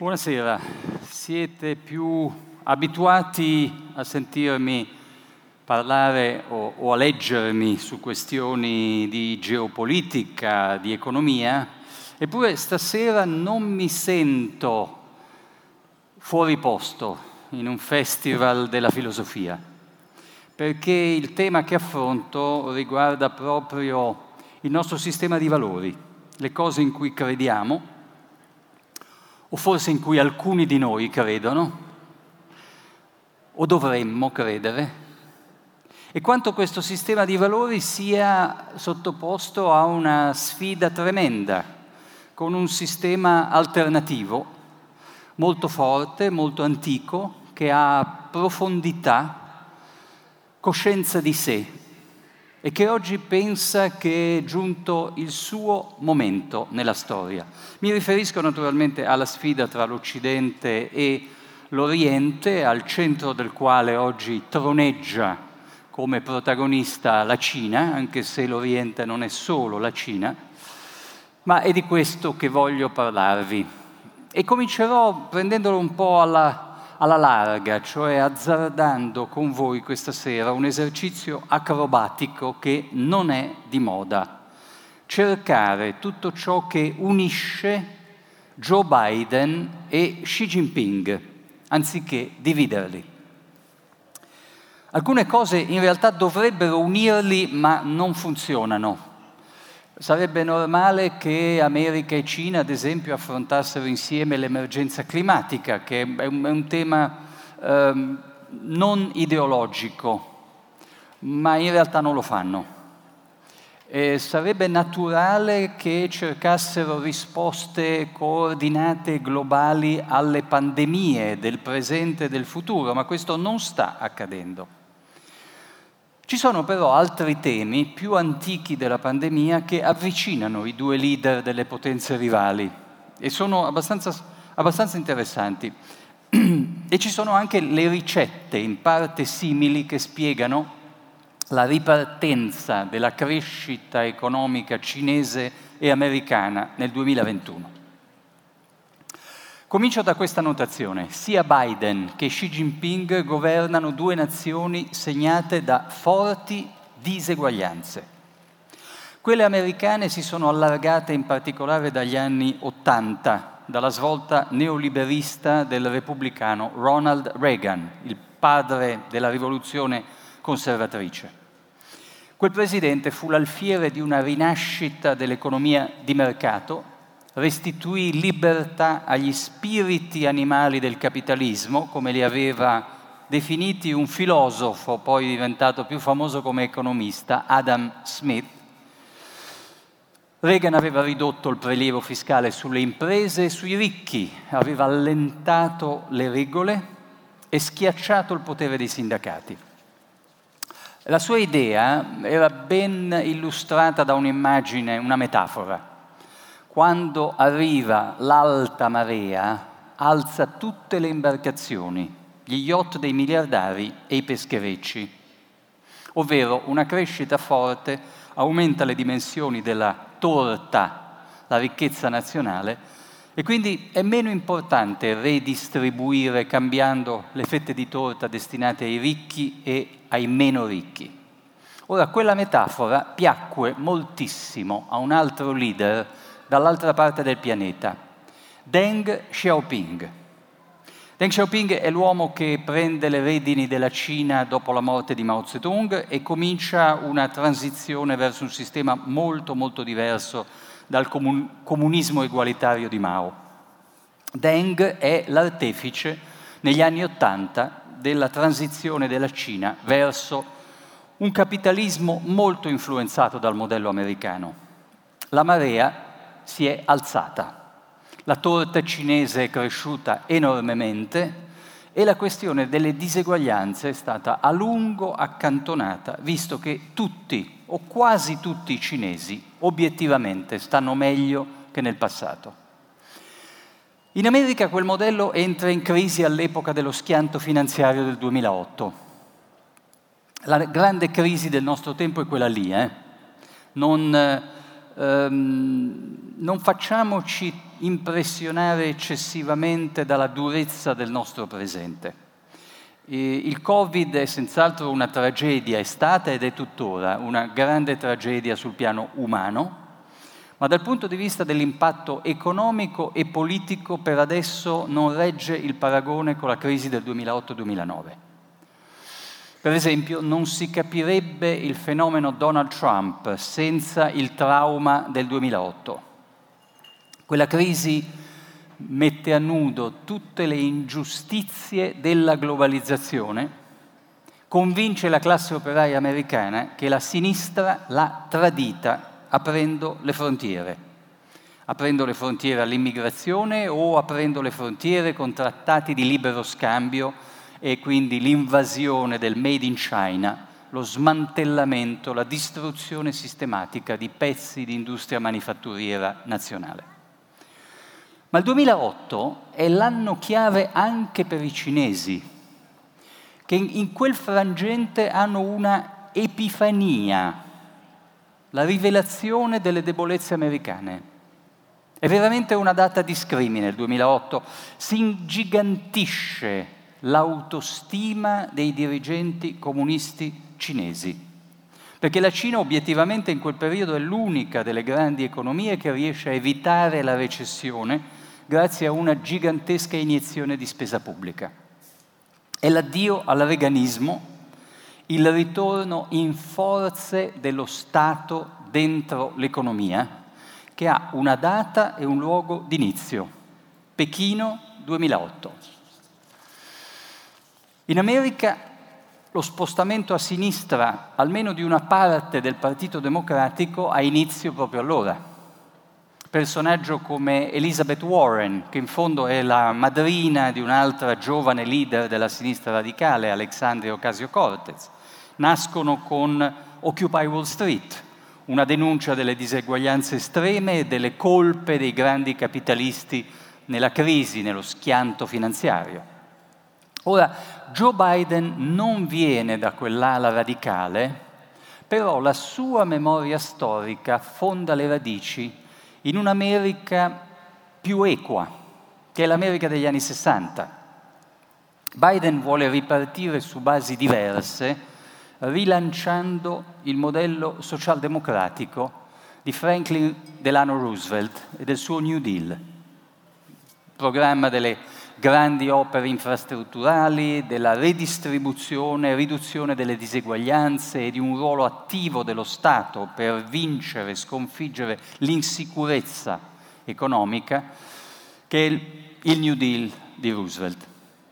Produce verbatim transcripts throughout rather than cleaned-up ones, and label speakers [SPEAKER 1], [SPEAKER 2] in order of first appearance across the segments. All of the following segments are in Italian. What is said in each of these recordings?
[SPEAKER 1] Buonasera, siete più abituati a sentirmi parlare o, o a leggermi su questioni di geopolitica, di economia, eppure stasera non mi sento fuori posto in un festival della filosofia, perché il tema che affronto riguarda proprio il nostro sistema di valori, le cose in cui crediamo, o forse in cui alcuni di noi credono, o dovremmo credere, e quanto questo sistema di valori sia sottoposto a una sfida tremenda, con un sistema alternativo, molto forte, molto antico, che ha profondità, coscienza di sé, e che oggi pensa che è giunto il suo momento nella storia. Mi riferisco naturalmente alla sfida tra l'Occidente e l'Oriente, al centro del quale oggi troneggia come protagonista la Cina, anche se l'Oriente non è solo la Cina, ma è di questo che voglio parlarvi. E comincerò prendendolo un po' alla alla larga, cioè azzardando con voi questa sera un esercizio acrobatico che non è di moda. Cercare tutto ciò che unisce Joe Biden e Xi Jinping, anziché dividerli. Alcune cose in realtà dovrebbero unirli, ma non funzionano. Sarebbe normale che America e Cina, ad esempio, affrontassero insieme l'emergenza climatica, che è un, è un tema ehm, non ideologico, ma in realtà non lo fanno. E sarebbe naturale che cercassero risposte coordinate globali alle pandemie del presente e del futuro, ma questo non sta accadendo. Ci sono però altri temi più antichi della pandemia che avvicinano i due leader delle potenze rivali e sono abbastanza, abbastanza interessanti. E ci sono anche le ricette in parte simili che spiegano la ripartenza della crescita economica cinese e americana nel duemilaventuno. Comincio da questa notazione. Sia Biden che Xi Jinping governano due nazioni segnate da forti diseguaglianze. Quelle americane si sono allargate in particolare dagli anni Ottanta, dalla svolta neoliberista del repubblicano Ronald Reagan, il padre della rivoluzione conservatrice. Quel presidente fu l'alfiere di una rinascita dell'economia di mercato, restituì libertà agli spiriti animali del capitalismo, come li aveva definiti un filosofo, poi diventato più famoso come economista, Adam Smith. Reagan aveva ridotto il prelievo fiscale sulle imprese e sui ricchi, aveva allentato le regole e schiacciato il potere dei sindacati. La sua idea era ben illustrata da un'immagine, una metafora. Quando arriva l'alta marea, alza tutte le imbarcazioni, gli yacht dei miliardari e i pescherecci. Ovvero una crescita forte aumenta le dimensioni della torta, la ricchezza nazionale, e quindi è meno importante redistribuire cambiando le fette di torta destinate ai ricchi e ai meno ricchi. Ora, quella metafora piacque moltissimo a un altro leader dall'altra parte del pianeta, Deng Xiaoping. Deng Xiaoping è l'uomo che prende le redini della Cina dopo la morte di Mao Zedong e comincia una transizione verso un sistema molto molto diverso dal comun- comunismo egualitario di Mao. Deng è l'artefice negli anni Ottanta della transizione della Cina verso un capitalismo molto influenzato dal modello americano. La marea si è alzata. La torta cinese è cresciuta enormemente e la questione delle diseguaglianze è stata a lungo accantonata, visto che tutti o quasi tutti i cinesi obiettivamente stanno meglio che nel passato. In America quel modello entra in crisi all'epoca dello schianto finanziario del duemilaotto. La grande crisi del nostro tempo è quella lì, eh? Non ehm, non facciamoci impressionare eccessivamente dalla durezza del nostro presente. E il Covid è senz'altro una tragedia, è stata ed è tuttora una grande tragedia sul piano umano, ma dal punto di vista dell'impatto economico e politico per adesso non regge il paragone con la crisi del duemilaotto duemilanove. Per esempio, non si capirebbe il fenomeno Donald Trump senza il trauma del duemilaotto. Quella crisi mette a nudo tutte le ingiustizie della globalizzazione, convince la classe operaia americana che la sinistra l'ha tradita aprendo le frontiere, aprendo le frontiere all'immigrazione o aprendo le frontiere con trattati di libero scambio e quindi l'invasione del Made in China, lo smantellamento, la distruzione sistematica di pezzi di industria manifatturiera nazionale. Ma il duemilaotto è l'anno chiave anche per i cinesi, che in quel frangente hanno una epifania, la rivelazione delle debolezze americane. È veramente una data di scrimine, il duemilaotto. Si ingigantisce l'autostima dei dirigenti comunisti cinesi, perché la Cina obiettivamente in quel periodo è l'unica delle grandi economie che riesce a evitare la recessione grazie a una gigantesca iniezione di spesa pubblica. È l'addio al reganismo, il ritorno in forze dello Stato dentro l'economia, che ha una data e un luogo d'inizio, Pechino duemilaotto. In America lo spostamento a sinistra, almeno di una parte del Partito Democratico, ha inizio proprio allora. Personaggio come Elizabeth Warren, che in fondo è la madrina di un'altra giovane leader della sinistra radicale, Alexandria Ocasio-Cortez, nascono con Occupy Wall Street, una denuncia delle diseguaglianze estreme e delle colpe dei grandi capitalisti nella crisi, nello schianto finanziario. Ora, Joe Biden non viene da quell'ala radicale, però la sua memoria storica affonda le radici in un'America più equa, che è l'America degli anni sessanta. Biden vuole ripartire su basi diverse, rilanciando il modello socialdemocratico di Franklin Delano Roosevelt e del suo New Deal, il programma delle grandi opere infrastrutturali, della redistribuzione e riduzione delle diseguaglianze e di un ruolo attivo dello Stato per vincere e sconfiggere l'insicurezza economica, che è il New Deal di Roosevelt.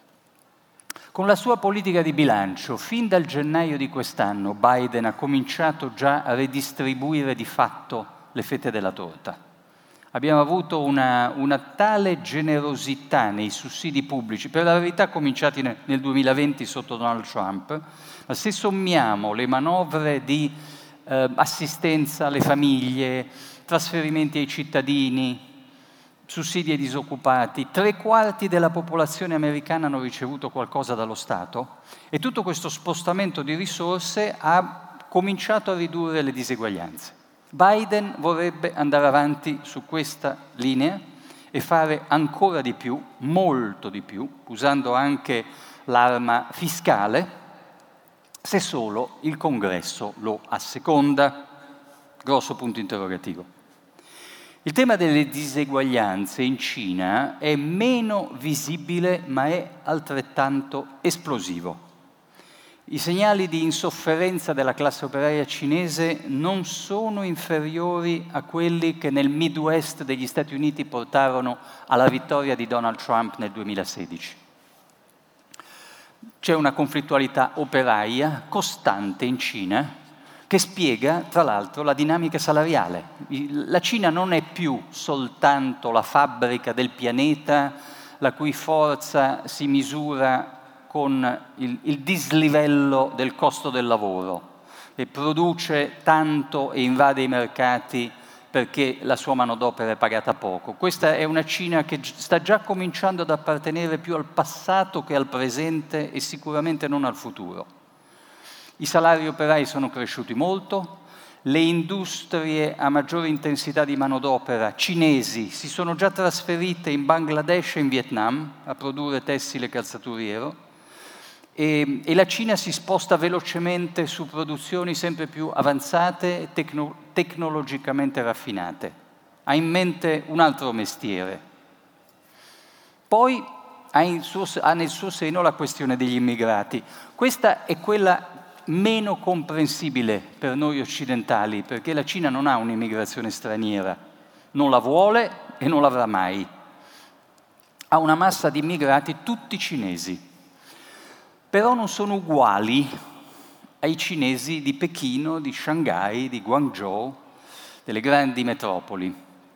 [SPEAKER 1] Con la sua politica di bilancio, fin dal gennaio di quest'anno, Biden ha cominciato già a redistribuire di fatto le fette della torta. Abbiamo avuto una, una tale generosità nei sussidi pubblici, per la verità cominciati nel, nel duemilaventi sotto Donald Trump, ma se sommiamo le manovre di eh, assistenza alle famiglie, trasferimenti ai cittadini, sussidi ai disoccupati, tre quarti della popolazione americana hanno ricevuto qualcosa dallo Stato e tutto questo spostamento di risorse ha cominciato a ridurre le diseguaglianze. Biden vorrebbe andare avanti su questa linea e fare ancora di più, molto di più, usando anche l'arma fiscale, se solo il Congresso lo asseconda. Grosso punto interrogativo. Il tema delle diseguaglianze in Cina è meno visibile, ma è altrettanto esplosivo. I segnali di insofferenza della classe operaia cinese non sono inferiori a quelli che nel Midwest degli Stati Uniti portarono alla vittoria di Donald Trump nel duemilasedici. C'è una conflittualità operaia costante in Cina che spiega, tra l'altro, la dinamica salariale. La Cina non è più soltanto la fabbrica del pianeta la cui forza si misura con il, il dislivello del costo del lavoro e produce tanto e invade i mercati perché la sua manodopera è pagata poco. Questa è una Cina che sta già cominciando ad appartenere più al passato che al presente e sicuramente non al futuro. I salari operai sono cresciuti molto, le industrie a maggiore intensità di manodopera cinesi si sono già trasferite in Bangladesh e in Vietnam a produrre tessile e calzaturiero, e, e la Cina si sposta velocemente su produzioni sempre più avanzate e tecno, tecnologicamente raffinate. Ha in mente un altro mestiere. Poi ha, in suo, ha nel suo seno la questione degli immigrati. Questa è quella meno comprensibile per noi occidentali, perché la Cina non ha un'immigrazione straniera, non la vuole e non l'avrà mai. Ha una massa di immigrati tutti cinesi, però non sono uguali ai cinesi di Pechino, di Shanghai, di Guangzhou, delle grandi metropoli.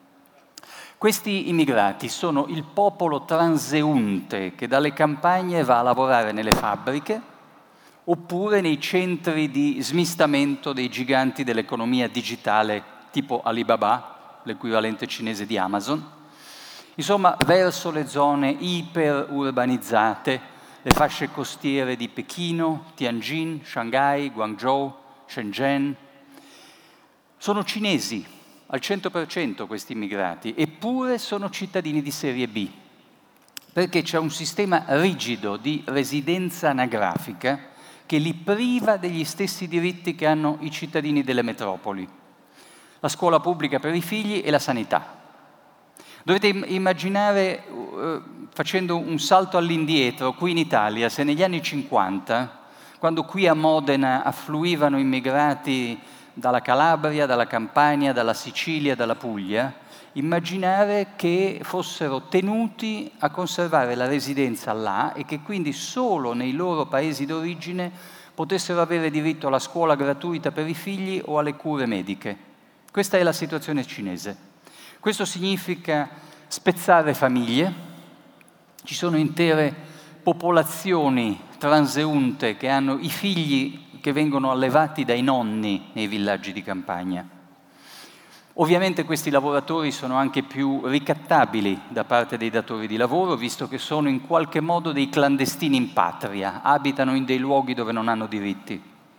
[SPEAKER 1] Questi immigrati sono il popolo transeunte che dalle campagne va a lavorare nelle fabbriche oppure nei centri di smistamento dei giganti dell'economia digitale tipo Alibaba, l'equivalente cinese di Amazon. Insomma, verso le zone iperurbanizzate, le fasce costiere di Pechino, Tianjin, Shanghai, Guangzhou, Shenzhen. Sono cinesi al cento per cento questi immigrati, eppure sono cittadini di serie B, perché c'è un sistema rigido di residenza anagrafica che li priva degli stessi diritti che hanno i cittadini delle metropoli, la scuola pubblica per i figli e la sanità. Dovete immaginare, eh, facendo un salto all'indietro, qui in Italia, se negli anni cinquanta, quando qui a Modena affluivano immigrati dalla Calabria, dalla Campania, dalla Sicilia, dalla Puglia, immaginare che fossero tenuti a conservare la residenza là e che quindi solo nei loro paesi d'origine potessero avere diritto alla scuola gratuita per i figli o alle cure mediche. Questa è la situazione cinese. Questo significa spezzare famiglie. Ci sono intere popolazioni transeunte che hanno i figli che vengono allevati dai nonni nei villaggi di campagna. Ovviamente questi lavoratori sono anche più ricattabili da parte dei datori di lavoro, visto che sono in qualche modo dei clandestini in patria, abitano in dei luoghi dove non hanno diritti.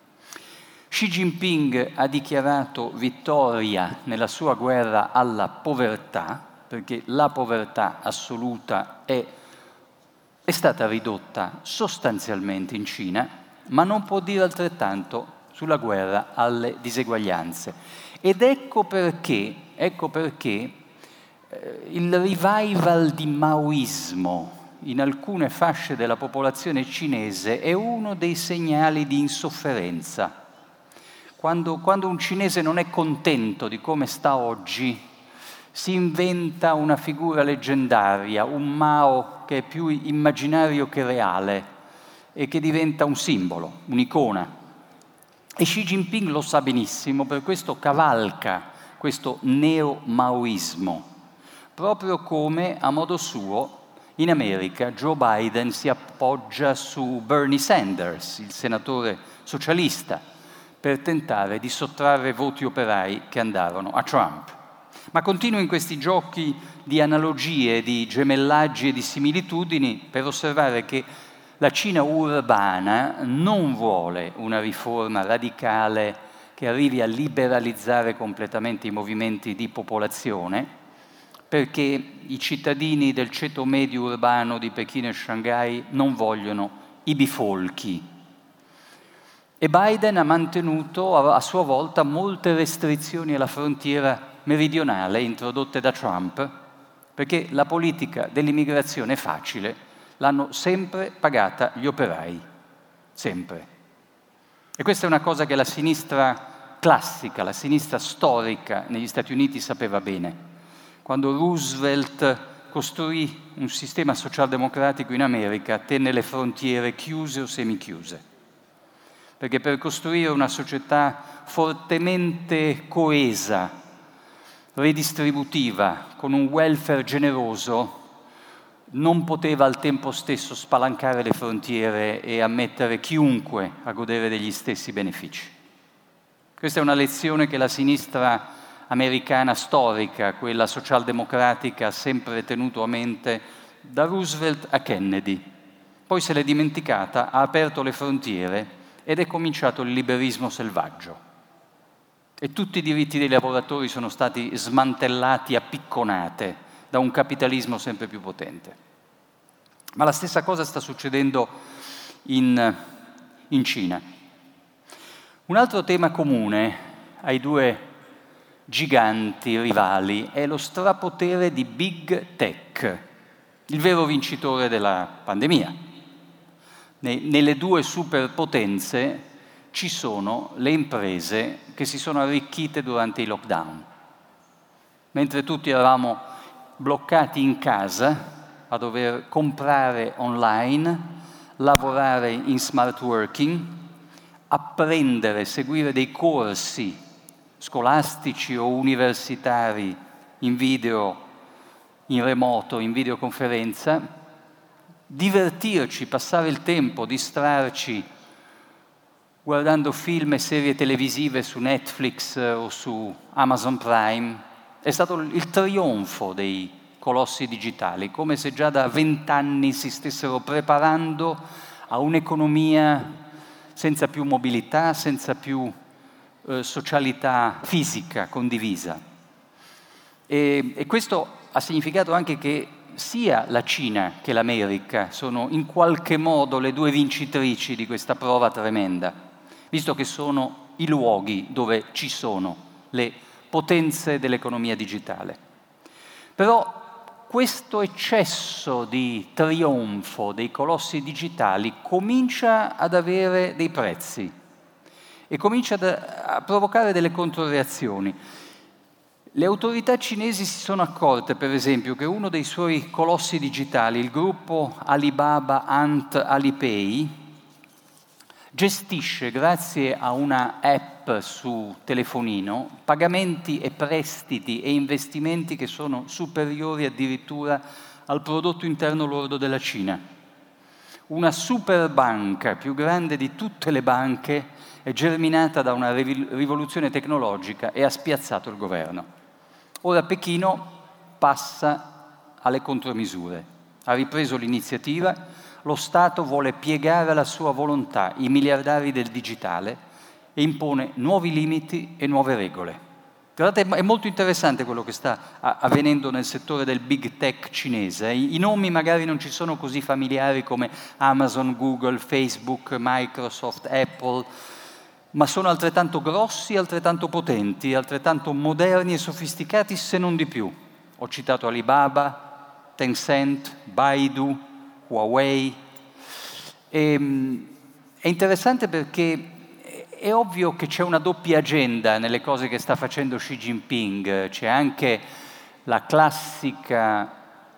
[SPEAKER 1] Xi Jinping ha dichiarato vittoria nella sua guerra alla povertà, perché la povertà assoluta è, è stata ridotta sostanzialmente in Cina, ma non può dire altrettanto sulla guerra alle diseguaglianze. Ed ecco perché, ecco perché eh, il revival di maoismo in alcune fasce della popolazione cinese è uno dei segnali di insofferenza. Quando, quando un cinese non è contento di come sta oggi, si inventa una figura leggendaria, un Mao che è più immaginario che reale e che diventa un simbolo, un'icona. E Xi Jinping lo sa benissimo, per questo cavalca questo neo-maoismo, proprio come a modo suo in America Joe Biden si appoggia su Bernie Sanders, il senatore socialista, per tentare di sottrarre voti operai che andarono a Trump. Ma continuo in questi giochi di analogie, di gemellaggi e di similitudini per osservare che la Cina urbana non vuole una riforma radicale che arrivi a liberalizzare completamente i movimenti di popolazione, perché i cittadini del ceto medio urbano di Pechino e Shanghai non vogliono i bifolchi. E Biden ha mantenuto a sua volta molte restrizioni alla frontiera meridionale introdotte da Trump, perché la politica dell'immigrazione è facile, l'hanno sempre pagata gli operai, sempre. E questa è una cosa che la sinistra classica, la sinistra storica negli Stati Uniti sapeva bene. Quando Roosevelt costruì un sistema socialdemocratico in America, tenne le frontiere chiuse o semichiuse. Perché per costruire una società fortemente coesa, redistributiva, con un welfare generoso, non poteva al tempo stesso spalancare le frontiere e ammettere chiunque a godere degli stessi benefici. Questa è una lezione che la sinistra americana storica, quella socialdemocratica, ha sempre tenuto a mente da Roosevelt a Kennedy. Poi se l'è dimenticata, ha aperto le frontiere ed è cominciato il liberismo selvaggio. e tutti i diritti dei lavoratori sono stati smantellati a picconate da un capitalismo sempre più potente. Ma la stessa cosa sta succedendo in, in Cina. Un altro tema comune ai due giganti rivali è lo strapotere di Big Tech, il vero vincitore della pandemia. Nelle due superpotenze ci sono le imprese che si sono arricchite durante i lockdown. Mentre tutti eravamo bloccati in casa a dover comprare online, lavorare in smart working, apprendere, seguire dei corsi scolastici o universitari in video, in remoto, in videoconferenza, divertirci, passare il tempo, distrarci guardando film e serie televisive su Netflix o su Amazon Prime, è stato il trionfo dei colossi digitali, come se già da vent'anni si stessero preparando a un'economia senza più mobilità, senza più eh, socialità fisica condivisa. E, e questo ha significato anche che sia la Cina che l'America sono in qualche modo le due vincitrici di questa prova tremenda, visto che sono i luoghi dove ci sono le potenze dell'economia digitale. Però questo eccesso di trionfo dei colossi digitali comincia ad avere dei prezzi e comincia ad, a provocare delle controreazioni. Le autorità cinesi si sono accorte, per esempio, che uno dei suoi colossi digitali, il gruppo Alibaba Ant Alipay, gestisce, grazie a una app su telefonino, pagamenti e prestiti e investimenti che sono superiori addirittura al prodotto interno lordo della Cina. Una super banca, più grande di tutte le banche, è germinata da una rivoluzione tecnologica e ha spiazzato il governo. Ora Pechino passa alle contromisure. Ha ripreso l'iniziativa. Lo Stato vuole piegare alla sua volontà i miliardari del digitale e impone nuovi limiti e nuove regole. Guardate, è molto interessante quello che sta avvenendo nel settore del big tech cinese. I nomi magari non ci sono così familiari come Amazon, Google, Facebook, Microsoft, Apple, ma sono altrettanto grossi, altrettanto potenti, altrettanto moderni e sofisticati, se non di più. Ho citato Alibaba, Tencent, Baidu, Huawei. E, è interessante perché è ovvio che c'è una doppia agenda nelle cose che sta facendo Xi Jinping. C'è anche la classica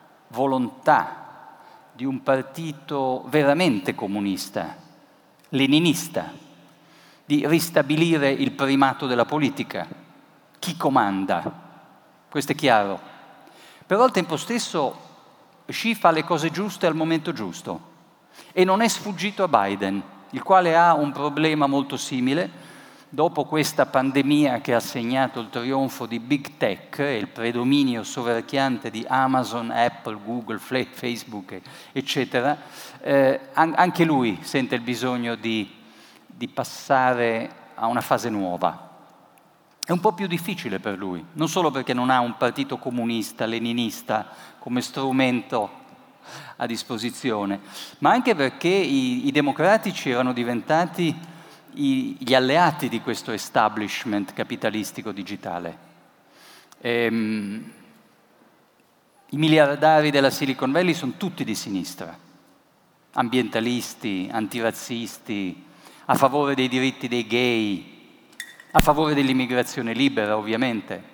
[SPEAKER 1] volontà di un partito veramente comunista, leninista, di ristabilire il primato della politica. Chi comanda? Questo è chiaro. Però al tempo stesso Xi fa le cose giuste al momento giusto e non è sfuggito a Biden, il quale ha un problema molto simile. Dopo questa pandemia che ha segnato il trionfo di Big Tech e il predominio soverchiante di Amazon, Apple, Google, Facebook, eccetera, eh, anche lui sente il bisogno di, di passare a una fase nuova. È un po' più difficile per lui, non solo perché non ha un partito comunista, leninista come strumento a disposizione, ma anche perché i, i democratici erano diventati i, gli alleati di questo establishment capitalistico digitale. Ehm, I miliardari della Silicon Valley sono tutti di sinistra, ambientalisti, antirazzisti, a favore dei diritti dei gay, a favore dell'immigrazione libera, ovviamente.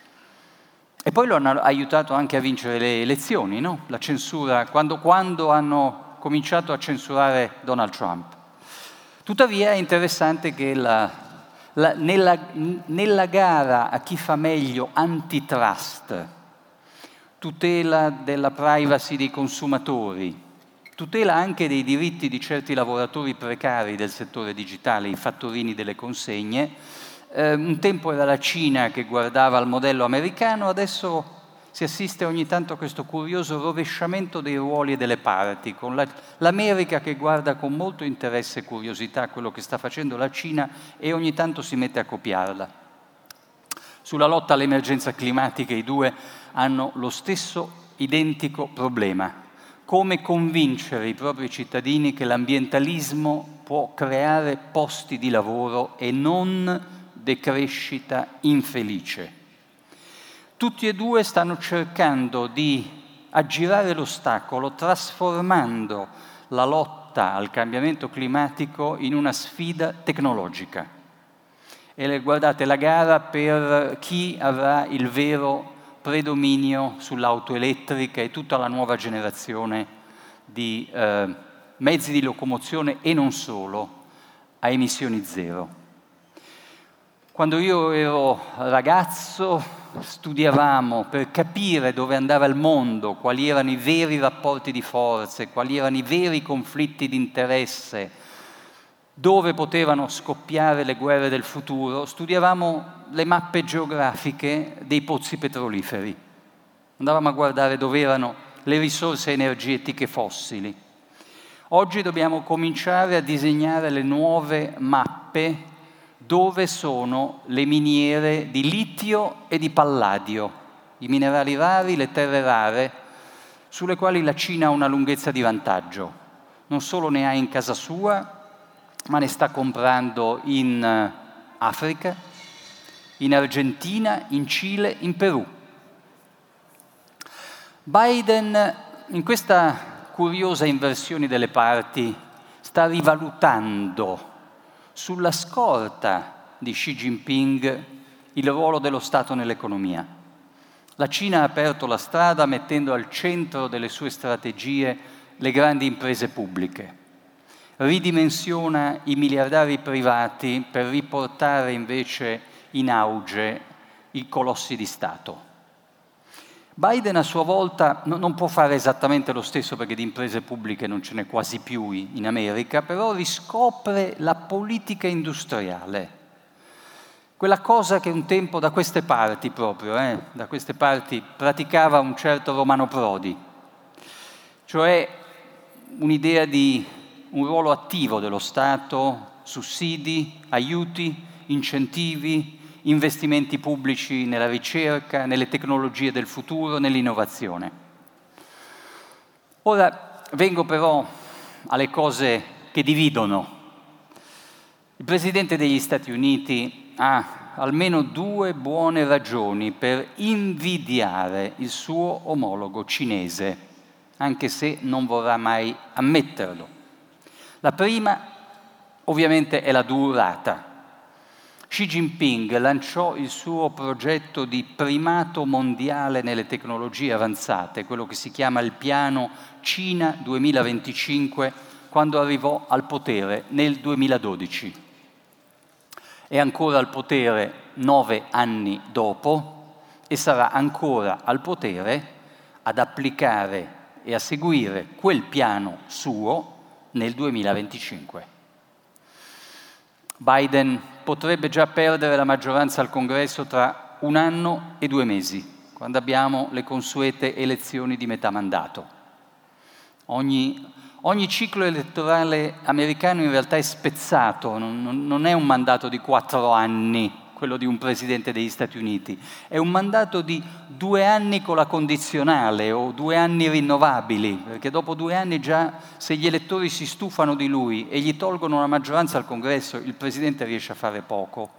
[SPEAKER 1] E poi lo hanno aiutato anche a vincere le elezioni, no? La censura, quando, quando hanno cominciato a censurare Donald Trump. Tuttavia è interessante che la, la, nella, nella gara a chi fa meglio antitrust, tutela della privacy dei consumatori, tutela anche dei diritti di certi lavoratori precari del settore digitale, i fattorini delle consegne. Eh, un tempo era la Cina che guardava al modello americano, adesso si assiste ogni tanto a questo curioso rovesciamento dei ruoli e delle parti, con la, l'America che guarda con molto interesse e curiosità quello che sta facendo la Cina e ogni tanto si mette a copiarla. Sulla lotta all'emergenza climatica i due hanno lo stesso identico problema: come convincere i propri cittadini che l'ambientalismo può creare posti di lavoro e non decrescita infelice. Tutti e due stanno cercando di aggirare l'ostacolo trasformando la lotta al cambiamento climatico in una sfida tecnologica. E guardate, la gara per chi avrà il vero predominio sull'auto elettrica e tutta la nuova generazione di eh, mezzi di locomozione e non solo a emissioni zero. Quando io ero ragazzo studiavamo per capire dove andava il mondo, quali erano i veri rapporti di forze, quali erano i veri conflitti di interesse, dove potevano scoppiare le guerre del futuro. Studiavamo le mappe geografiche dei pozzi petroliferi. Andavamo a guardare dove erano le risorse energetiche fossili. Oggi dobbiamo cominciare a disegnare le nuove mappe dove sono le miniere di litio e di palladio, i minerali rari, le terre rare, sulle quali la Cina ha una lunghezza di vantaggio. Non solo ne ha in casa sua, ma ne sta comprando in Africa, in Argentina, in Cile, in Perù. Biden, in questa curiosa inversione delle parti, sta rivalutando sulla scorta di Xi Jinping il ruolo dello Stato nell'economia. La Cina ha aperto la strada mettendo al centro delle sue strategie le grandi imprese pubbliche. Ridimensiona i miliardari privati per riportare invece in auge i colossi di Stato. Biden a sua volta non può fare esattamente lo stesso perché di imprese pubbliche non ce n'è quasi più in America, però riscopre la politica industriale, quella cosa che un tempo da queste parti proprio, eh, da queste parti praticava un certo Romano Prodi, cioè un'idea di un ruolo attivo dello Stato, sussidi, aiuti, incentivi, investimenti pubblici nella ricerca, nelle tecnologie del futuro, nell'innovazione. Ora vengo però alle cose che dividono. Il Presidente degli Stati Uniti ha almeno due buone ragioni per invidiare il suo omologo cinese, anche se non vorrà mai ammetterlo. La prima, ovviamente, è la durata. Xi Jinping lanciò il suo progetto di primato mondiale nelle tecnologie avanzate, quello che si chiama il piano Cina duemilaventicinque, quando arrivò al potere nel duemiladodici. È ancora al potere nove anni dopo e sarà ancora al potere ad applicare e a seguire quel piano suo nel duemilaventicinque. Biden potrebbe già perdere la maggioranza al Congresso tra un anno e due mesi, quando abbiamo le consuete elezioni di metà mandato. Ogni, ogni ciclo elettorale americano in realtà è spezzato, non, non è un mandato di quattro anni, quello di un Presidente degli Stati Uniti, è un mandato di due anni con la condizionale o due anni rinnovabili, perché dopo due anni già, se gli elettori si stufano di lui e gli tolgono la maggioranza al Congresso, il Presidente riesce a fare poco.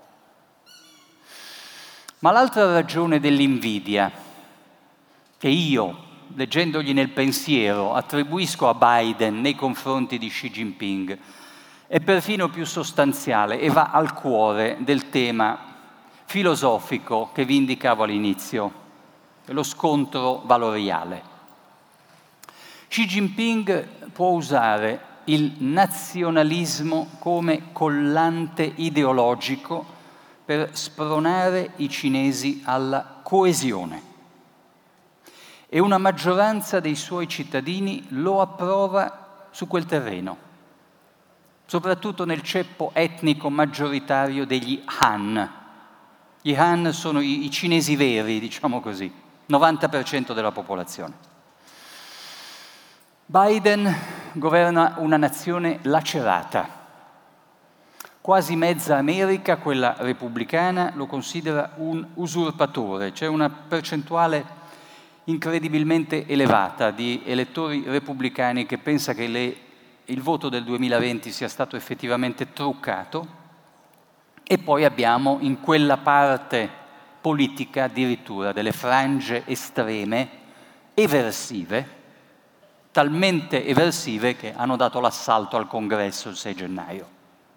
[SPEAKER 1] Ma l'altra ragione dell'invidia, che io, leggendogli nel pensiero, attribuisco a Biden nei confronti di Xi Jinping, è perfino più sostanziale e va al cuore del tema filosofico che vi indicavo all'inizio, lo scontro valoriale. Xi Jinping può usare il nazionalismo come collante ideologico per spronare i cinesi alla coesione. E una maggioranza dei suoi cittadini lo approva su quel terreno, soprattutto nel ceppo etnico maggioritario degli Han. Gli Han sono i, i cinesi veri, diciamo così, novanta per cento della popolazione. Biden governa una nazione lacerata, Quasi mezza America, quella repubblicana, lo considera un usurpatore. C'è una percentuale incredibilmente elevata di elettori repubblicani che pensa che le, il voto del duemilaventi sia stato effettivamente truccato, e poi abbiamo in quella parte politica addirittura delle frange estreme, eversive, talmente eversive che hanno dato l'assalto al Congresso il sei gennaio.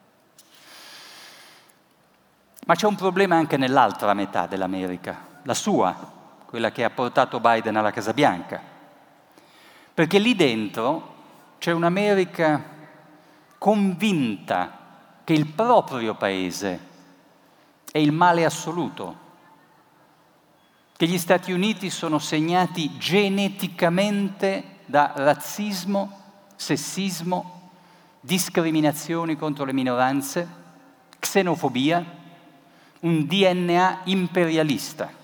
[SPEAKER 1] Ma c'è un problema anche nell'altra metà dell'America, la sua, quella che ha portato Biden alla Casa Bianca, perché lì dentro c'è un'America convinta che il proprio paese è il male assoluto, che gli Stati Uniti sono segnati geneticamente da razzismo, sessismo, discriminazioni contro le minoranze, xenofobia, un D N A imperialista.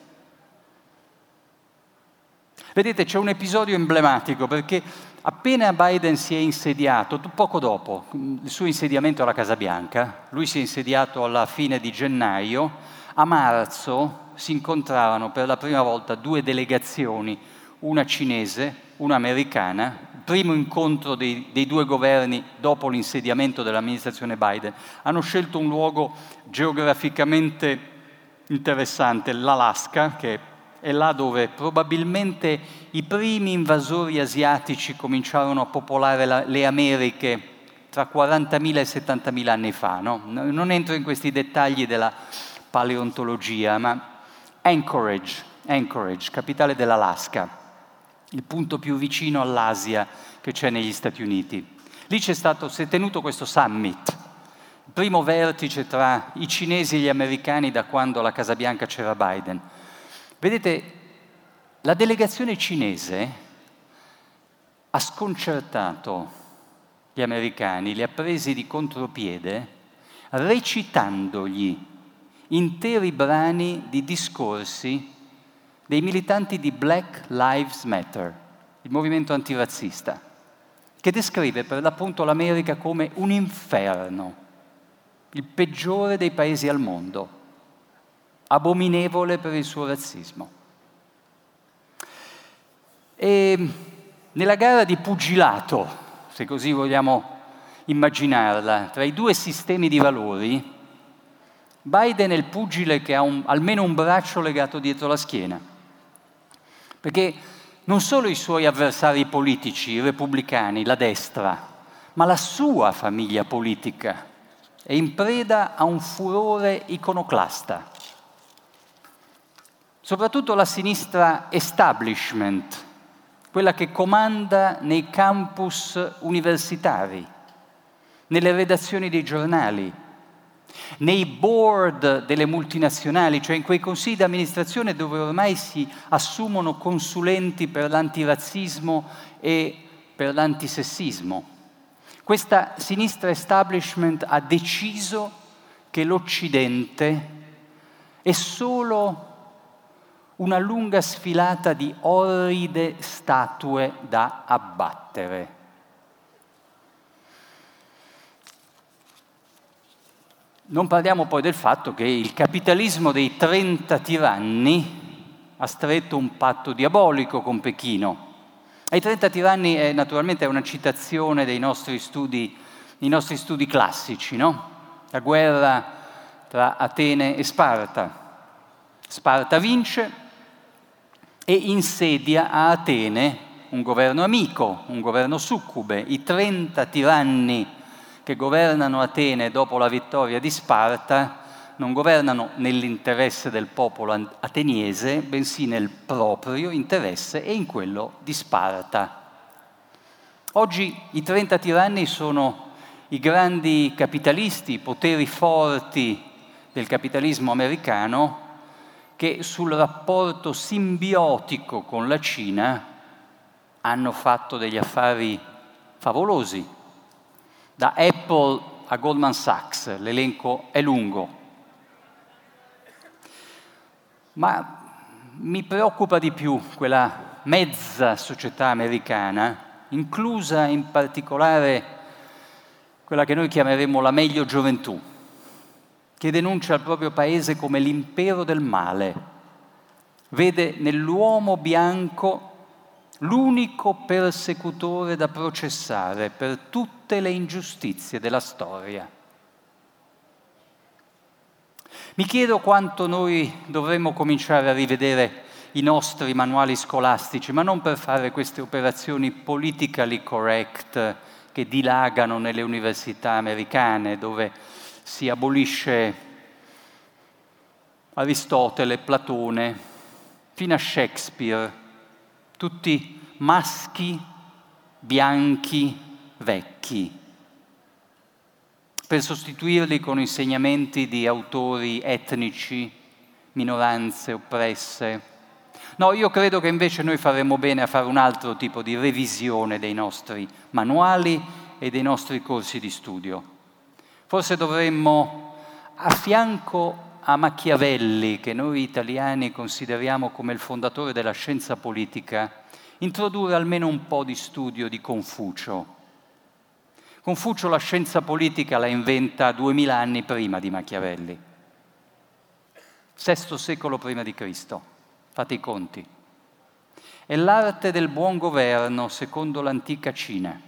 [SPEAKER 1] Vedete, c'è un episodio emblematico, perché appena Biden si è insediato, poco dopo il suo insediamento alla Casa Bianca, lui si è insediato alla fine di gennaio, a marzo si incontravano per la prima volta due delegazioni, una cinese, una americana, il primo incontro dei, dei due governi dopo l'insediamento dell'amministrazione Biden. Hanno scelto un luogo geograficamente interessante, l'Alaska, che è là dove probabilmente i primi invasori asiatici cominciarono a popolare la, le Americhe tra quarantamila e settantamila anni fa. No? Non entro in questi dettagli della paleontologia, ma Anchorage, Anchorage, capitale dell'Alaska, il punto più vicino all'Asia che c'è negli Stati Uniti. Lì c'è stato, si è tenuto questo summit, il primo vertice tra i cinesi e gli americani da quando alla Casa Bianca c'era Biden. Vedete, la delegazione cinese ha sconcertato gli americani, li ha presi di contropiede, recitandogli interi brani di discorsi dei militanti di Black Lives Matter, il movimento antirazzista, che descrive per l'appunto l'America come un inferno, il peggiore dei paesi al mondo, abominevole per il suo razzismo. E nella gara di pugilato, se così vogliamo immaginarla, tra i due sistemi di valori, Biden è il pugile che ha un, almeno un braccio legato dietro la schiena, perché non solo i suoi avversari politici, i repubblicani, la destra, ma la sua famiglia politica è in preda a un furore iconoclasta. Soprattutto la sinistra establishment, quella che comanda nei campus universitari, nelle redazioni dei giornali, nei board delle multinazionali, cioè in quei consigli di amministrazione dove ormai si assumono consulenti per l'antirazzismo e per l'antisessismo. Questa sinistra establishment ha deciso che l'Occidente è solo una lunga sfilata di orride statue da abbattere. Non parliamo poi del fatto che il capitalismo dei trenta tiranni ha stretto un patto diabolico con Pechino. E i trenta tiranni è naturalmente una citazione dei nostri studi, dei nostri studi classici, no? La guerra tra Atene e Sparta. Sparta vince e insedia a Atene un governo amico, un governo succube. I trenta tiranni che governano Atene dopo la vittoria di Sparta non governano nell'interesse del popolo ateniese, bensì nel proprio interesse e in quello di Sparta. Oggi i trenta tiranni sono i grandi capitalisti, i poteri forti del capitalismo americano, che sul rapporto simbiotico con la Cina hanno fatto degli affari favolosi. Da Apple a Goldman Sachs, l'elenco è lungo. Ma mi preoccupa di più quella mezza società americana, inclusa in particolare quella che noi chiameremo la meglio gioventù, che denuncia il proprio paese come l'impero del male. Vede nell'uomo bianco l'unico persecutore da processare per tutte le ingiustizie della storia. Mi chiedo quanto noi dovremmo cominciare a rivedere i nostri manuali scolastici, ma non per fare queste operazioni politically correct che dilagano nelle università americane, dove si abolisce Aristotele, Platone, fino a Shakespeare, tutti maschi, bianchi, vecchi, per sostituirli con insegnamenti di autori etnici, minoranze oppresse. No, io credo che invece noi faremmo bene a fare un altro tipo di revisione dei nostri manuali e dei nostri corsi di studio. Forse dovremmo, a fianco a Machiavelli, che noi italiani consideriamo come il fondatore della scienza politica, introdurre almeno un po' di studio di Confucio. Confucio la scienza politica la inventa duemila anni prima di Machiavelli, sesto secolo prima di Cristo, fate i conti. È l'arte del buon governo secondo l'antica Cina.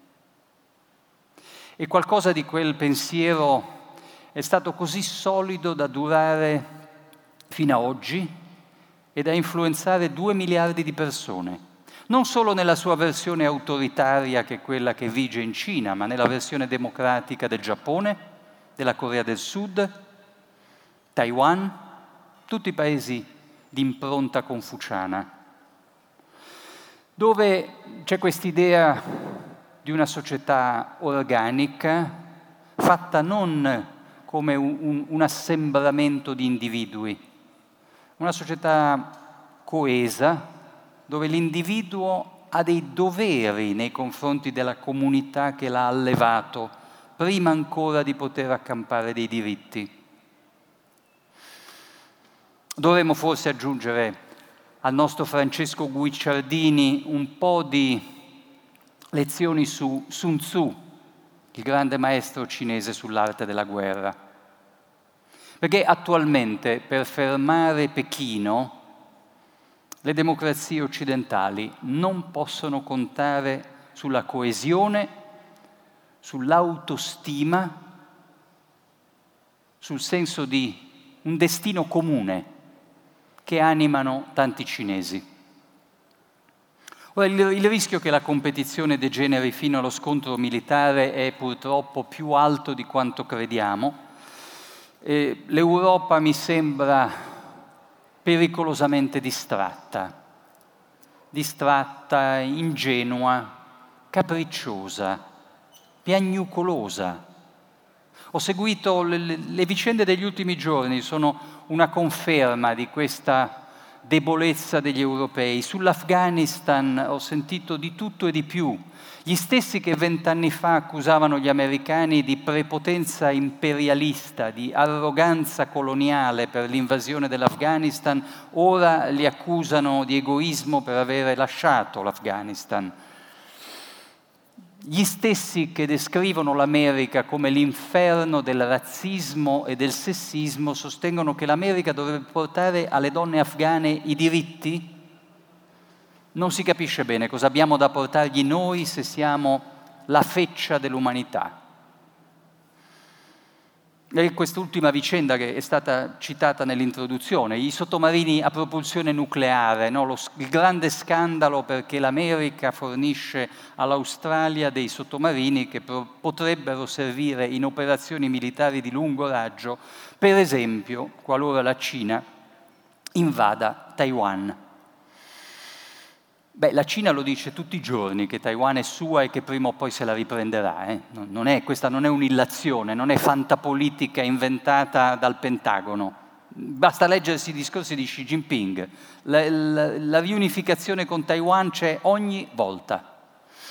[SPEAKER 1] E qualcosa di quel pensiero è stato così solido da durare fino a oggi e da influenzare due miliardi di persone. Non solo nella sua versione autoritaria, che è quella che vige in Cina, ma nella versione democratica del Giappone, della Corea del Sud, Taiwan, tutti i paesi di impronta confuciana, dove c'è quest'idea di una società organica, fatta non come un, un, un assembramento di individui, una società coesa, dove l'individuo ha dei doveri nei confronti della comunità che l'ha allevato, prima ancora di poter accampare dei diritti. Dovremmo forse aggiungere al nostro Francesco Guicciardini un po' di lezioni su Sun Tzu, il grande maestro cinese sull'arte della guerra. Perché attualmente per fermare Pechino le democrazie occidentali non possono contare sulla coesione, sull'autostima, sul senso di un destino comune che animano tanti cinesi. Ora, il, il rischio che la competizione degeneri fino allo scontro militare è purtroppo più alto di quanto crediamo. E l'Europa mi sembra pericolosamente distratta, distratta, ingenua, capricciosa, piagnucolosa. Ho seguito le, le vicende degli ultimi giorni, sono una conferma di questa debolezza degli europei. Sull'Afghanistan ho sentito di tutto e di più. Gli stessi che vent'anni fa accusavano gli americani di prepotenza imperialista, di arroganza coloniale per l'invasione dell'Afghanistan, ora li accusano di egoismo per avere lasciato l'Afghanistan. Gli stessi che descrivono l'America come l'inferno del razzismo e del sessismo sostengono che l'America dovrebbe portare alle donne afghane i diritti. Non si capisce bene cosa abbiamo da portargli noi se siamo la feccia dell'umanità. E quest'ultima vicenda che è stata citata nell'introduzione, i sottomarini a propulsione nucleare, no? Lo, il grande scandalo perché l'America fornisce all'Australia dei sottomarini che pro- potrebbero servire in operazioni militari di lungo raggio, per esempio, qualora la Cina invada Taiwan. Beh, la Cina lo dice tutti i giorni che Taiwan è sua e che prima o poi se la riprenderà. Eh? Non è, questa non è un'illazione, non è fantapolitica inventata dal Pentagono. Basta leggersi i discorsi di Xi Jinping. La, la, la riunificazione con Taiwan c'è ogni volta.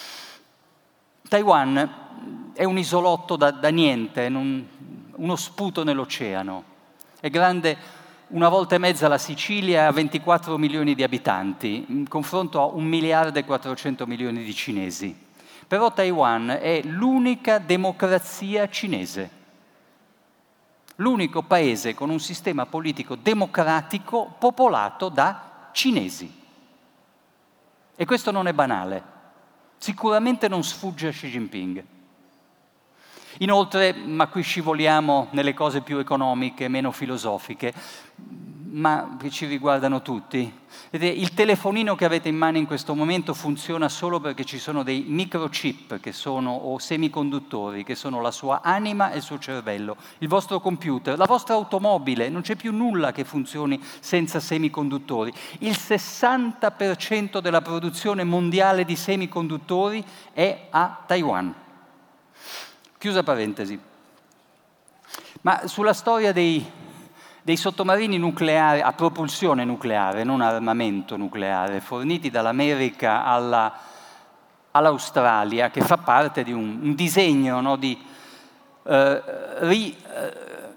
[SPEAKER 1] Taiwan è un isolotto da, da niente, non, uno sputo nell'oceano. È grande una volta e mezza la Sicilia ha ventiquattro milioni di abitanti, in confronto a un miliardo e quattrocento milioni di cinesi. Però Taiwan è l'unica democrazia cinese. L'unico paese con un sistema politico democratico popolato da cinesi. E questo non è banale. Sicuramente non sfugge a Xi Jinping. Inoltre, ma qui scivoliamo nelle cose più economiche, meno filosofiche, ma che ci riguardano tutti. Vedete, il telefonino che avete in mano in questo momento funziona solo perché ci sono dei microchip che sono, o semiconduttori, che sono la sua anima e il suo cervello. Il vostro computer, la vostra automobile, non c'è più nulla che funzioni senza semiconduttori. Il sessanta per cento della produzione mondiale di semiconduttori è a Taiwan. Chiusa parentesi. Ma sulla storia dei, dei sottomarini nucleari a propulsione nucleare, non armamento nucleare, forniti dall'America alla, all'Australia, che fa parte di un, un disegno, no, di eh, ri, eh,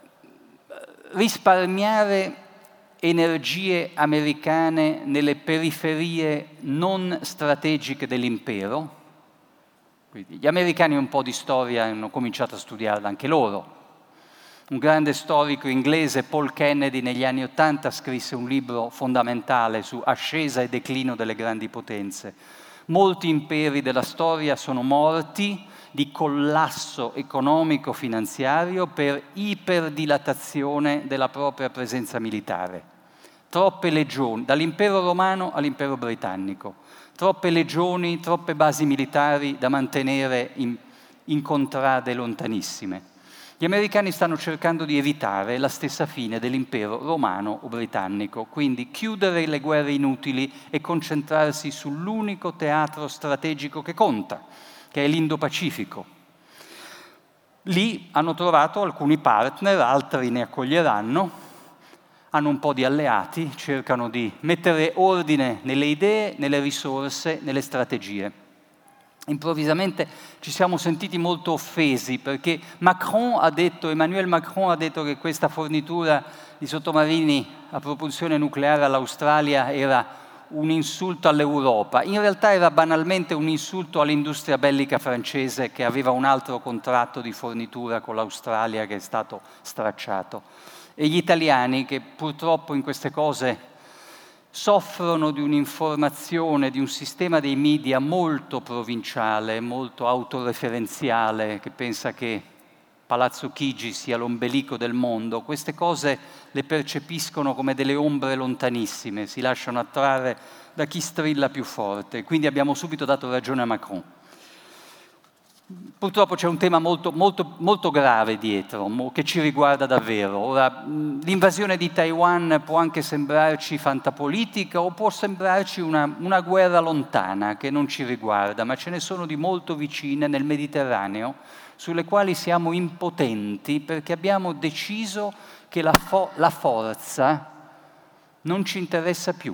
[SPEAKER 1] risparmiare energie americane nelle periferie non strategiche dell'impero. Quindi gli americani un po' di storia hanno cominciato a studiarla anche loro. Un grande storico inglese, Paul Kennedy, negli anni Ottanta scrisse un libro fondamentale su ascesa e declino delle grandi potenze. Molti imperi della storia sono morti di collasso economico-finanziario per iperdilatazione della propria presenza militare. Troppe legioni, dall'impero romano all'impero britannico. Troppe legioni, troppe basi militari da mantenere in, in contrade lontanissime. Gli americani stanno cercando di evitare la stessa fine dell'impero romano o britannico, quindi chiudere le guerre inutili e concentrarsi sull'unico teatro strategico che conta, che è l'Indo-Pacifico. Lì hanno trovato alcuni partner, altri ne accoglieranno, hanno un po' di alleati, cercano di mettere ordine nelle idee, nelle risorse, nelle strategie. Improvvisamente ci siamo sentiti molto offesi perché Macron ha detto, Emmanuel Macron ha detto che questa fornitura di sottomarini a propulsione nucleare all'Australia era un insulto all'Europa. In realtà era banalmente un insulto all'industria bellica francese che aveva un altro contratto di fornitura con l'Australia che è stato stracciato. E gli italiani che purtroppo in queste cose soffrono di un'informazione, di un sistema dei media molto provinciale, molto autoreferenziale, che pensa che Palazzo Chigi sia l'ombelico del mondo, queste cose le percepiscono come delle ombre lontanissime, si lasciano attrarre da chi strilla più forte. Quindi abbiamo subito dato ragione a Macron. Purtroppo c'è un tema molto, molto, molto grave dietro, che ci riguarda davvero. Ora, l'invasione di Taiwan può anche sembrarci fantapolitica o può sembrarci una, una guerra lontana che non ci riguarda, ma ce ne sono di molto vicine nel Mediterraneo, sulle quali siamo impotenti perché abbiamo deciso che la, fo- la forza non ci interessa più.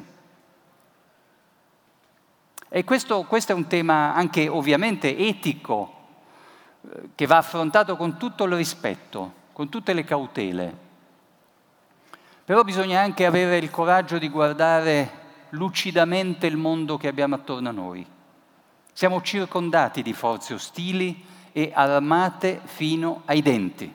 [SPEAKER 1] E questo, questo è un tema anche ovviamente etico, che va affrontato con tutto il rispetto, con tutte le cautele. Però bisogna anche avere il coraggio di guardare lucidamente il mondo che abbiamo attorno a noi. Siamo circondati di forze ostili e armate fino ai denti.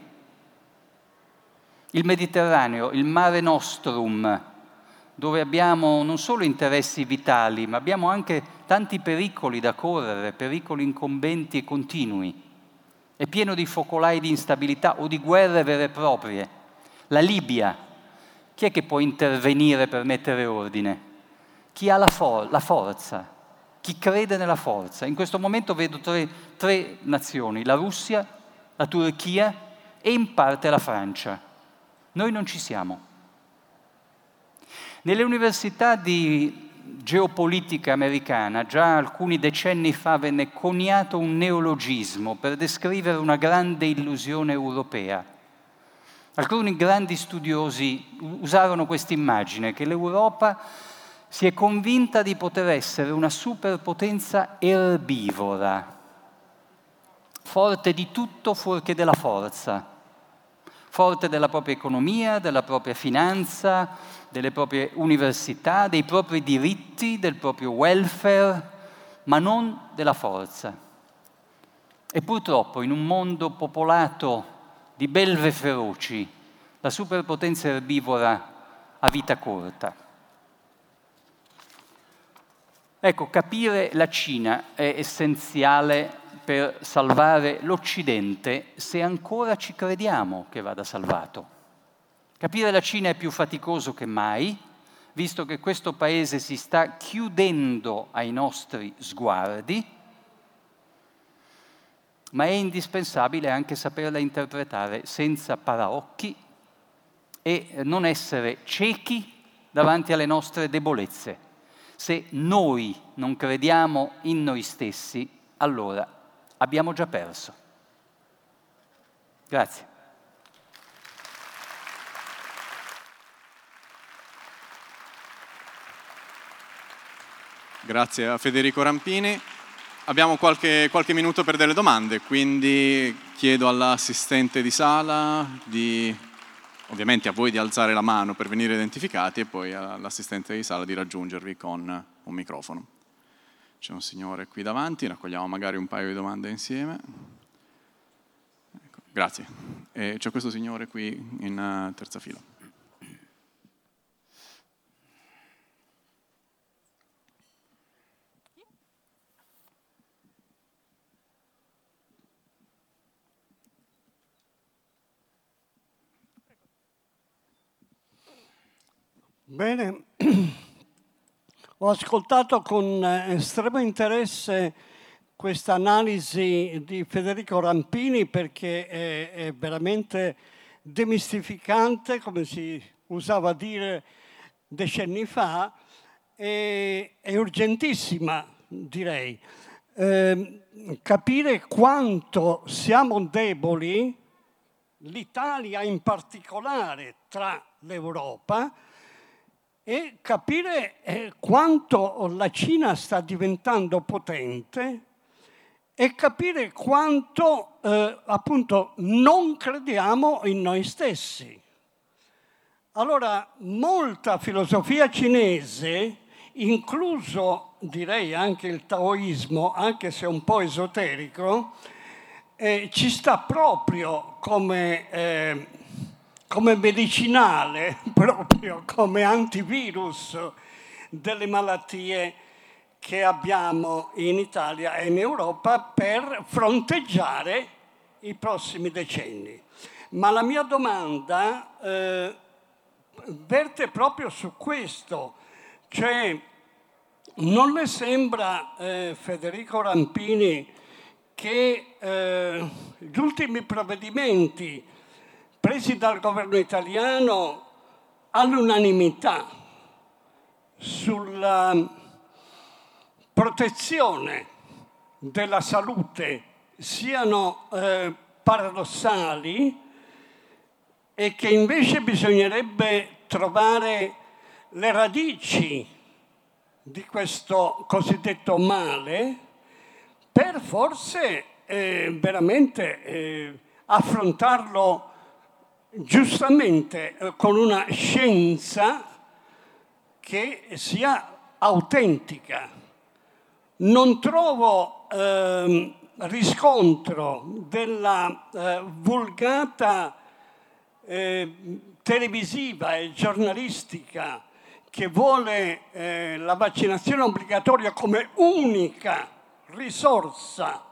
[SPEAKER 1] Il Mediterraneo, il Mare Nostrum, dove abbiamo non solo interessi vitali, ma abbiamo anche tanti pericoli da correre, pericoli incombenti e continui. È pieno di focolai di instabilità o di guerre vere e proprie. La Libia, chi è che può intervenire per mettere ordine? Chi ha la, for- la forza, chi crede nella forza. In questo momento vedo tre, tre nazioni, la Russia, la Turchia e in parte la Francia. Noi non ci siamo. Nelle università di geopolitica americana, già alcuni decenni fa venne coniato un neologismo per descrivere una grande illusione europea. Alcuni grandi studiosi usarono questa immagine, che l'Europa si è convinta di poter essere una superpotenza erbivora, forte di tutto fuorché della forza, forte della propria economia, della propria finanza, delle proprie università, dei propri diritti, del proprio welfare, ma non della forza. E purtroppo in un mondo popolato di belve feroci, la superpotenza erbivora a vita corta. Ecco, capire la Cina è essenziale per salvare l'Occidente, se ancora ci crediamo che vada salvato. Capire la Cina è più faticoso che mai, visto che questo paese si sta chiudendo ai nostri sguardi, ma è indispensabile anche saperla interpretare senza paraocchi e non essere ciechi davanti alle nostre debolezze. Se noi non crediamo in noi stessi, allora abbiamo già perso. Grazie.
[SPEAKER 2] Grazie a Federico Rampini. Abbiamo qualche, qualche minuto per delle domande, quindi chiedo all'assistente di sala, di, ovviamente a voi di alzare la mano per venire identificati e poi all'assistente di sala di raggiungervi con un microfono. C'è un signore qui davanti, raccogliamo magari un paio di domande insieme. Ecco, grazie. E c'è questo signore qui in uh, terza fila.
[SPEAKER 3] Bene, ho ascoltato con estremo interesse questa analisi di Federico Rampini perché è, è veramente demistificante, come si usava dire decenni fa, e è urgentissima, direi. Eh, capire quanto siamo deboli, l'Italia in particolare tra l'Europa, e capire eh, quanto la Cina sta diventando potente e capire quanto eh, appunto non crediamo in noi stessi. Allora, molta filosofia cinese, incluso direi anche il taoismo, anche se un po' esoterico, eh, ci sta proprio come... Eh, come medicinale, proprio come antivirus delle malattie che abbiamo in Italia e in Europa per fronteggiare i prossimi decenni. Ma la mia domanda eh, verte proprio su questo, cioè non le sembra, eh, Federico Rampini, che eh, gli ultimi provvedimenti presi dal governo italiano all'unanimità sulla protezione della salute siano eh, paradossali e che invece bisognerebbe trovare le radici di questo cosiddetto male per forse eh, veramente eh, affrontarlo giustamente eh, con una scienza che sia autentica. Non trovo eh, riscontro della eh, vulgata eh, televisiva e giornalistica che vuole eh, la vaccinazione obbligatoria come unica risorsa.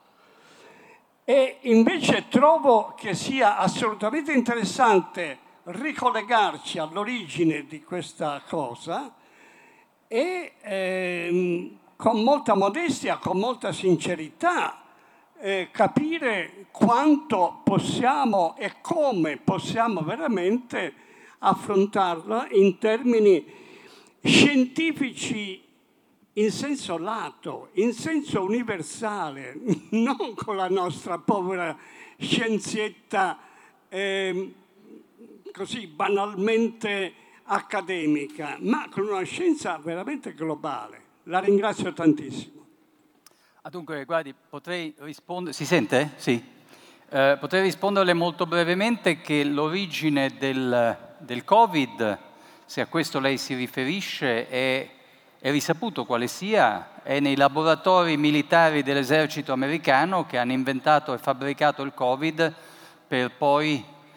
[SPEAKER 3] E invece trovo che sia assolutamente interessante ricollegarci all'origine di questa cosa e eh, con molta modestia, con molta sincerità, eh, capire quanto possiamo e come possiamo veramente affrontarla in termini scientifici in senso lato, in senso universale, non con la nostra povera scienzietta eh, così banalmente accademica, ma con una scienza veramente globale. La ringrazio tantissimo.
[SPEAKER 1] Ah, dunque, guardi, potrei rispondere... Si sente? Sì. Eh, potrei risponderle molto brevemente che l'origine del, del Covid, se a questo lei si riferisce, è... è risaputo quale sia, è nei laboratori militari dell'esercito americano che hanno inventato e fabbricato il Covid per poi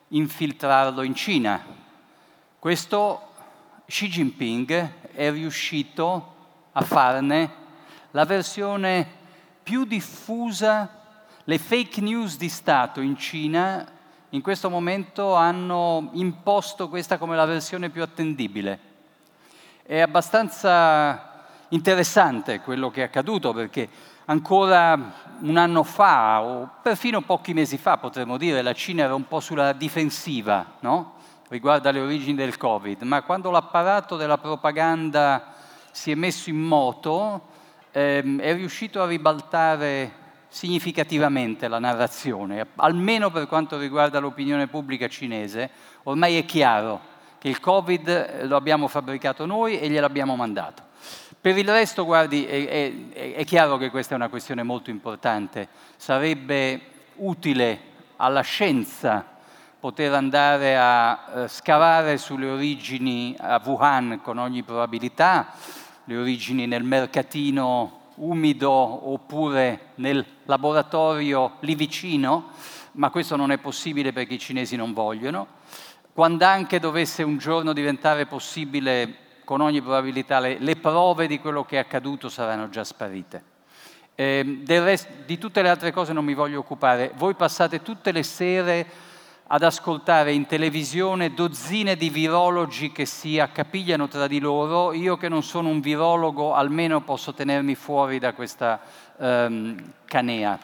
[SPEAKER 1] infiltrarlo in Cina. Questo Xi Jinping è riuscito a farne la versione più diffusa. Le fake news di Stato in Cina in questo momento hanno imposto questa come la versione più attendibile. È abbastanza interessante quello che è accaduto, perché ancora un anno fa, o perfino pochi mesi fa, potremmo dire, la Cina era un po' sulla difensiva, no? Riguardo alle origini del Covid, ma quando l'apparato della propaganda si è messo in moto, ehm, è riuscito a ribaltare significativamente la narrazione, almeno per quanto riguarda l'opinione pubblica cinese. Ormai è chiaro che il Covid lo abbiamo fabbricato noi e gliel'abbiamo mandato. Per il resto, guardi, è, è, è chiaro che questa è una questione molto importante. Sarebbe utile alla scienza poter andare a eh, scavare sulle origini a Wuhan con ogni probabilità, le origini nel mercatino umido oppure nel laboratorio lì vicino, ma questo non è possibile perché i cinesi non vogliono. Quando anche dovesse un giorno diventare possibile, con ogni probabilità le, le prove di quello che è accaduto saranno già sparite. Eh, del resto, di tutte le altre cose non mi voglio occupare. Voi passate tutte le sere ad ascoltare in televisione dozzine di virologi che si accapigliano tra di loro. Io che non sono un virologo almeno posso tenermi fuori da questa um, canea.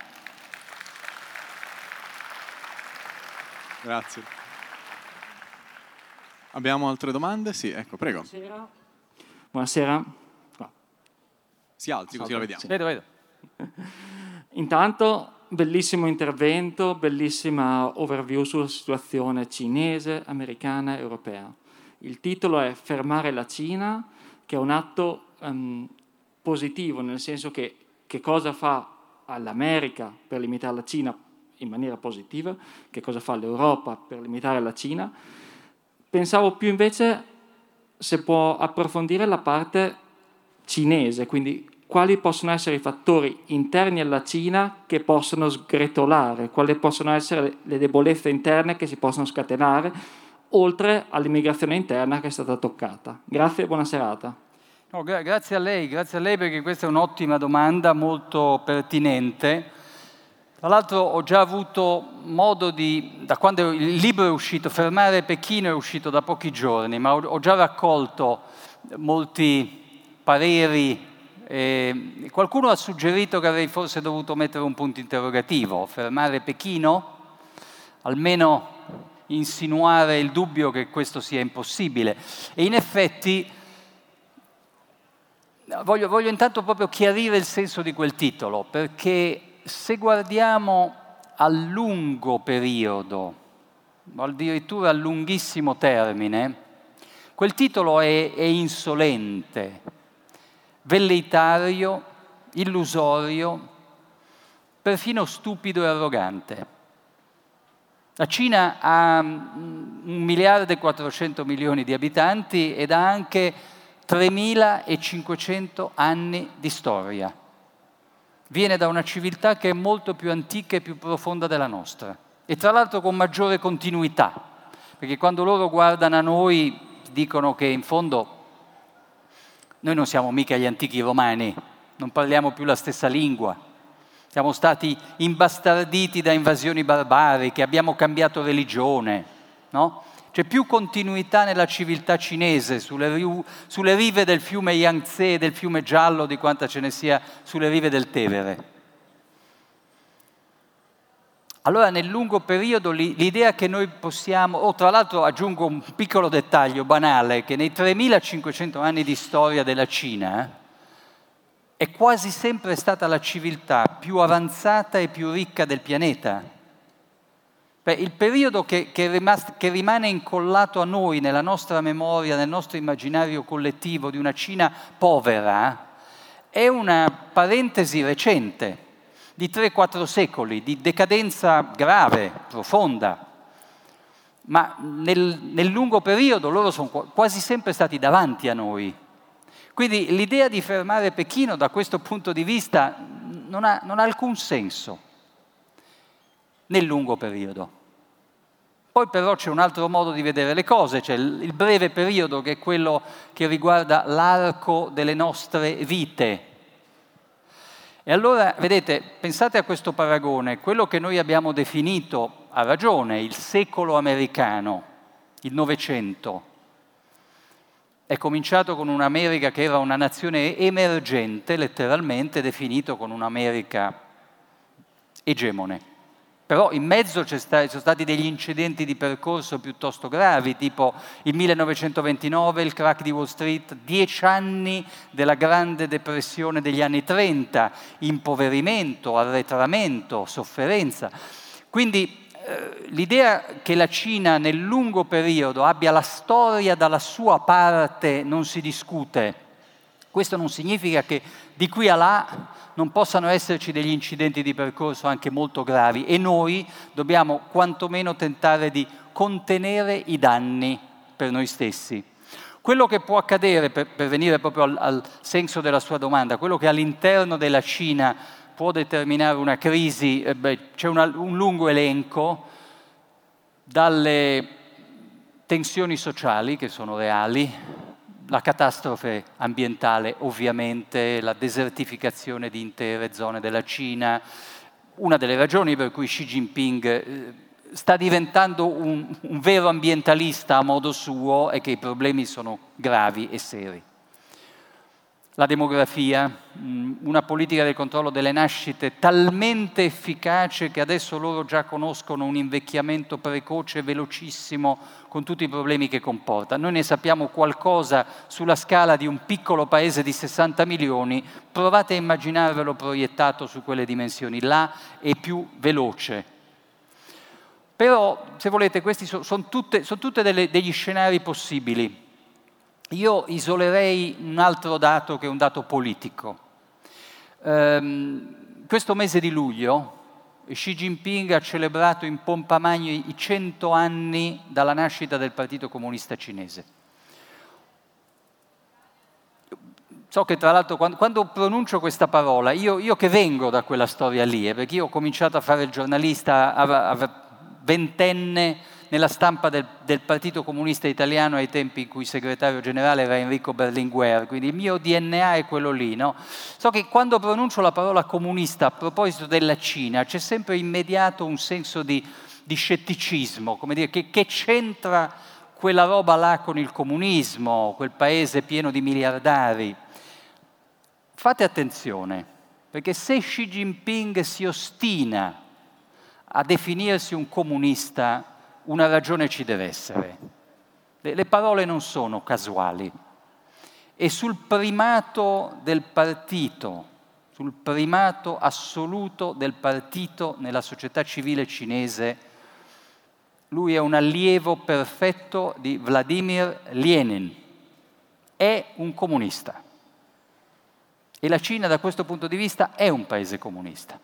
[SPEAKER 2] Grazie. Abbiamo altre domande? Sì, ecco, prego.
[SPEAKER 4] Buonasera. Buonasera. No.
[SPEAKER 2] Si alzi così la vediamo.
[SPEAKER 1] Sì. Vedo, vedo.
[SPEAKER 4] Intanto, bellissimo intervento, bellissima overview sulla situazione cinese, americana e europea. Il titolo è Fermare la Cina, che è un atto um, positivo, nel senso che che cosa fa all'America per limitare la Cina in maniera positiva, che cosa fa l'Europa per limitare la Cina. Pensavo più invece se può approfondire la parte cinese, quindi quali possono essere i fattori interni alla Cina che possono sgretolare, quali possono essere le debolezze interne che si possono scatenare, oltre all'immigrazione interna che è stata toccata. Grazie e buona serata.
[SPEAKER 1] No, gra- grazie a lei, grazie a lei perché questa è un'ottima domanda, molto pertinente. Tra l'altro ho già avuto modo di, da quando il libro è uscito, Fermare Pechino è uscito da pochi giorni, ma ho, ho già raccolto molti pareri. Eh, qualcuno ha suggerito che avrei forse dovuto mettere un punto interrogativo, fermare Pechino, almeno insinuare il dubbio che questo sia impossibile. E in effetti voglio, voglio intanto proprio chiarire il senso di quel titolo, perché se guardiamo a lungo periodo, o addirittura a lunghissimo termine, quel titolo è, è insolente, velleitario, illusorio, perfino stupido e arrogante. La Cina ha un miliardo e quattrocento milioni di abitanti ed ha anche tremilacinquecento anni di storia. Viene da una civiltà che è molto più antica e più profonda della nostra, e tra l'altro con maggiore continuità, perché quando loro guardano a noi dicono che in fondo noi non siamo mica gli antichi romani, non parliamo più la stessa lingua, siamo stati imbastarditi da invasioni barbariche, abbiamo cambiato religione, no? C'è più continuità nella civiltà cinese sulle, riu- sulle rive del fiume Yangtze e del fiume Giallo di quanta ce ne sia sulle rive del Tevere. Allora nel lungo periodo l'idea che noi possiamo, o oh, tra l'altro aggiungo un piccolo dettaglio banale, che nei tremilacinquecento anni di storia della Cina è quasi sempre stata la civiltà più avanzata e più ricca del pianeta. Beh, il periodo che, che, rimas- che rimane incollato a noi, nella nostra memoria, nel nostro immaginario collettivo di una Cina povera, è una parentesi recente, di tre quattro secoli, di decadenza grave, profonda, ma nel, nel lungo periodo loro sono quasi sempre stati davanti a noi. Quindi l'idea di fermare Pechino da questo punto di vista non ha, non ha alcun senso nel lungo periodo. Poi però c'è un altro modo di vedere le cose, c'è il breve periodo che è quello che riguarda l'arco delle nostre vite. E allora, vedete, pensate a questo paragone, quello che noi abbiamo definito, a ragione, il secolo americano, il Novecento, è cominciato con un'America che era una nazione emergente, letteralmente definito con un'America egemone. Però in mezzo ci sono stati degli incidenti di percorso piuttosto gravi, tipo il millenovecentoventinove, il crack di Wall Street, dieci anni della grande depressione degli anni trenta, impoverimento, arretramento, sofferenza. Quindi eh, l'idea che la Cina nel lungo periodo abbia la storia dalla sua parte non si discute. Questo non significa che di qui a là non possano esserci degli incidenti di percorso anche molto gravi e noi dobbiamo quantomeno tentare di contenere i danni per noi stessi. Quello che può accadere, per, per venire proprio al, al senso della sua domanda, quello che all'interno della Cina può determinare una crisi, eh beh, c'è una, un lungo elenco, dalle tensioni sociali che sono reali, la catastrofe ambientale ovviamente, la desertificazione di intere zone della Cina, una delle ragioni per cui Xi Jinping eh, sta diventando un, un vero ambientalista a modo suo è che i problemi sono gravi e seri. La demografia, una politica del controllo delle nascite talmente efficace che adesso loro già conoscono un invecchiamento precoce, velocissimo, con tutti i problemi che comporta. Noi ne sappiamo qualcosa sulla scala di un piccolo paese di sessanta milioni, provate a immaginarvelo proiettato su quelle dimensioni, là è più veloce. Però, se volete, questi sono son tutte, son tutte delle, degli scenari possibili. Io isolerei un altro dato che è un dato politico. Um, questo mese di luglio Xi Jinping ha celebrato in pompa magna i cento anni dalla nascita del Partito Comunista Cinese. So che tra l'altro quando, quando pronuncio questa parola, io, io che vengo da quella storia lì, eh, perché io ho cominciato a fare il giornalista a, a ventenne nella stampa del, del Partito Comunista Italiano ai tempi in cui segretario generale era Enrico Berlinguer, quindi il mio D N A è quello lì, no? So che quando pronuncio la parola comunista a proposito della Cina c'è sempre immediato un senso di, di scetticismo, come dire, che, che c'entra quella roba là con il comunismo, quel paese pieno di miliardari. Fate attenzione, perché se Xi Jinping si ostina a definirsi un comunista, una ragione ci deve essere. Le, le parole non sono casuali. E sul primato del partito, sul primato assoluto del partito nella società civile cinese, lui è un allievo perfetto di Vladimir Lenin. È un comunista. E la Cina, da questo punto di vista, è un paese comunista.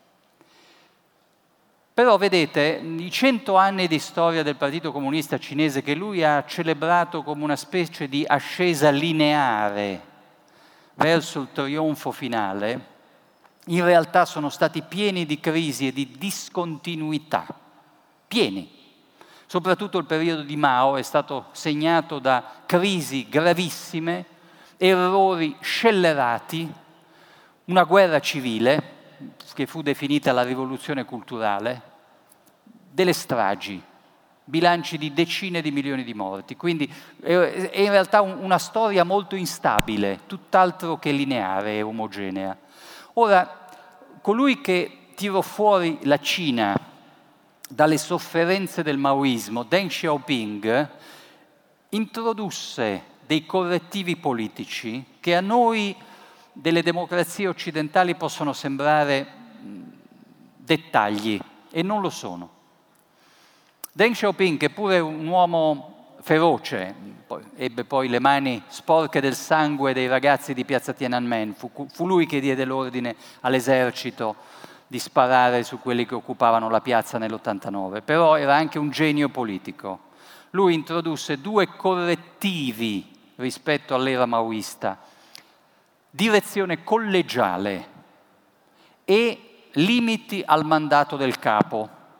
[SPEAKER 1] Però vedete, i cento anni di storia del Partito Comunista Cinese che lui ha celebrato come una specie di ascesa lineare verso il trionfo finale, in realtà sono stati pieni di crisi e di discontinuità, pieni. Soprattutto il periodo di Mao è stato segnato da crisi gravissime, errori scellerati, una guerra civile, che fu definita la rivoluzione culturale, delle stragi, bilanci di decine di milioni di morti. Quindi è in realtà una storia molto instabile, tutt'altro che lineare e omogenea. Ora, colui che tirò fuori la Cina dalle sofferenze del maoismo, Deng Xiaoping, introdusse dei correttivi politici che a noi delle democrazie occidentali possono sembrare dettagli, e non lo sono. Deng Xiaoping, che pure un uomo feroce, poi, ebbe poi le mani sporche del sangue dei ragazzi di piazza Tiananmen, fu, fu lui che diede l'ordine all'esercito di sparare su quelli che occupavano la piazza nell'ottantanove, però era anche un genio politico. Lui introdusse due correttivi rispetto all'era maoista: direzione collegiale e limiti al mandato del capo.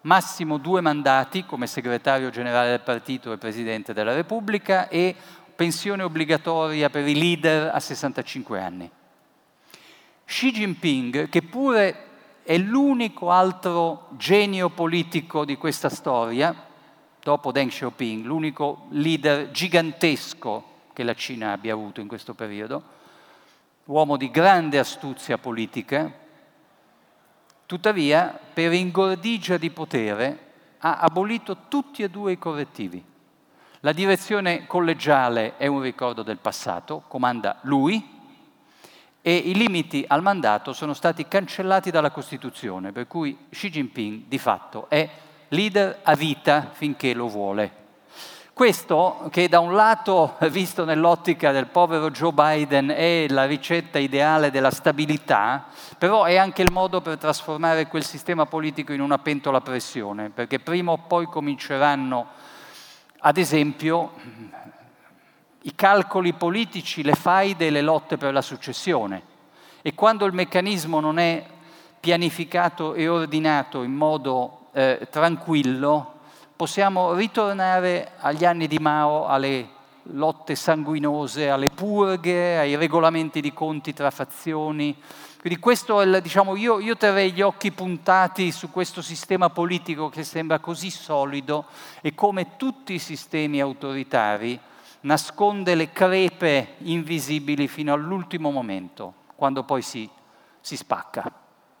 [SPEAKER 1] massimo due mandati come segretario generale del partito e Presidente della Repubblica e pensione obbligatoria per i leader a sessantacinque anni. Xi Jinping, che pure è l'unico altro genio politico di questa storia, dopo Deng Xiaoping, l'unico leader gigantesco che la Cina abbia avuto in questo periodo, uomo di grande astuzia politica, tuttavia, per ingordigia di potere, ha abolito tutti e due i correttivi. La direzione collegiale è un ricordo del passato, comanda lui, e i limiti al mandato sono stati cancellati dalla Costituzione, per cui Xi Jinping di fatto è leader a vita finché lo vuole. Questo, che da un lato, visto nell'ottica del povero Joe Biden, è la ricetta ideale della stabilità, però è anche il modo per trasformare quel sistema politico in una pentola a pressione, perché prima o poi cominceranno, ad esempio, i calcoli politici, le faide e le lotte per la successione. E quando il meccanismo non è pianificato e ordinato in modo eh, tranquillo, possiamo ritornare agli anni di Mao, alle lotte sanguinose, alle purghe, ai regolamenti di conti tra fazioni. Quindi questo è il, diciamo, io, io terrei gli occhi puntati su questo sistema politico che sembra così solido e come tutti i sistemi autoritari nasconde le crepe invisibili fino all'ultimo momento, quando poi si, si spacca.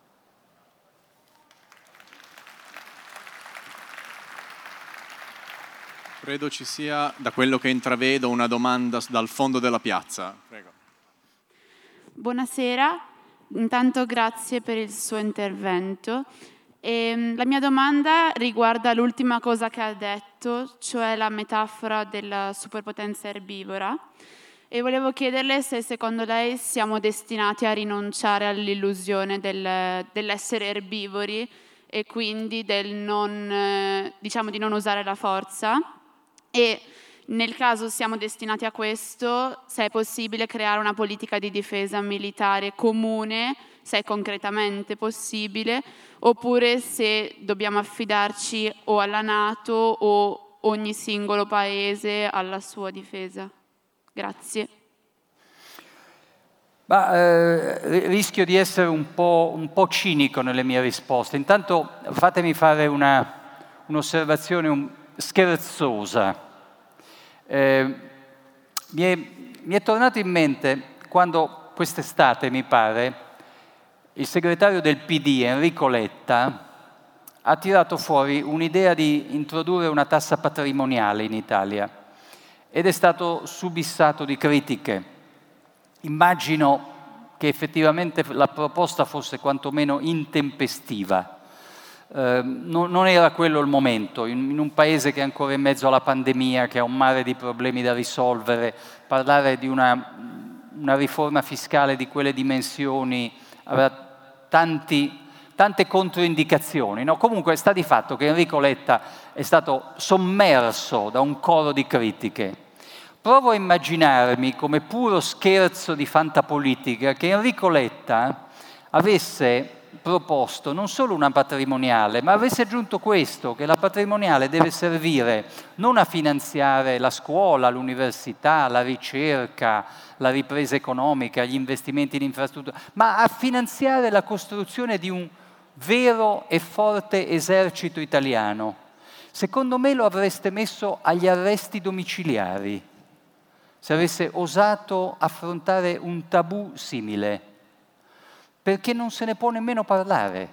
[SPEAKER 2] Credo ci sia, da quello che intravedo, una domanda dal fondo della piazza. Prego.
[SPEAKER 5] Buonasera, intanto grazie per il suo intervento. E la mia domanda riguarda l'ultima cosa che ha detto, cioè la metafora della superpotenza erbivora. E volevo chiederle se secondo lei siamo destinati a rinunciare all'illusione del, dell'essere erbivori e quindi del non, diciamo, di non usare la forza. E nel caso siamo destinati a questo, se è possibile creare una politica di difesa militare comune, se è concretamente possibile, oppure se dobbiamo affidarci o alla NATO o ogni singolo paese alla sua difesa. Grazie.
[SPEAKER 1] Ma, eh, rischio di essere un po', un po' cinico nelle mie risposte. Intanto fatemi fare una, un'osservazione un, scherzosa. Eh, mi, è, mi è tornato in mente quando quest'estate, mi pare, il segretario del P D, Enrico Letta, ha tirato fuori un'idea di introdurre una tassa patrimoniale in Italia ed è stato subissato di critiche. Immagino che effettivamente la proposta fosse quantomeno intempestiva. Eh, non, non era quello il momento, in, in un paese che è ancora in mezzo alla pandemia, che ha un mare di problemi da risolvere, parlare di una, una riforma fiscale di quelle dimensioni aveva tanti, tante controindicazioni. No? Comunque sta di fatto che Enrico Letta è stato sommerso da un coro di critiche. Provo a immaginarmi, come puro scherzo di fantapolitica, che Enrico Letta avesse proposto non solo una patrimoniale, ma avesse aggiunto questo, che la patrimoniale deve servire non a finanziare la scuola, l'università, la ricerca, la ripresa economica, gli investimenti in infrastrutture, ma a finanziare la costruzione di un vero e forte esercito italiano. Secondo me lo avreste messo agli arresti domiciliari, se avesse osato affrontare un tabù simile. Perché non se ne può nemmeno parlare.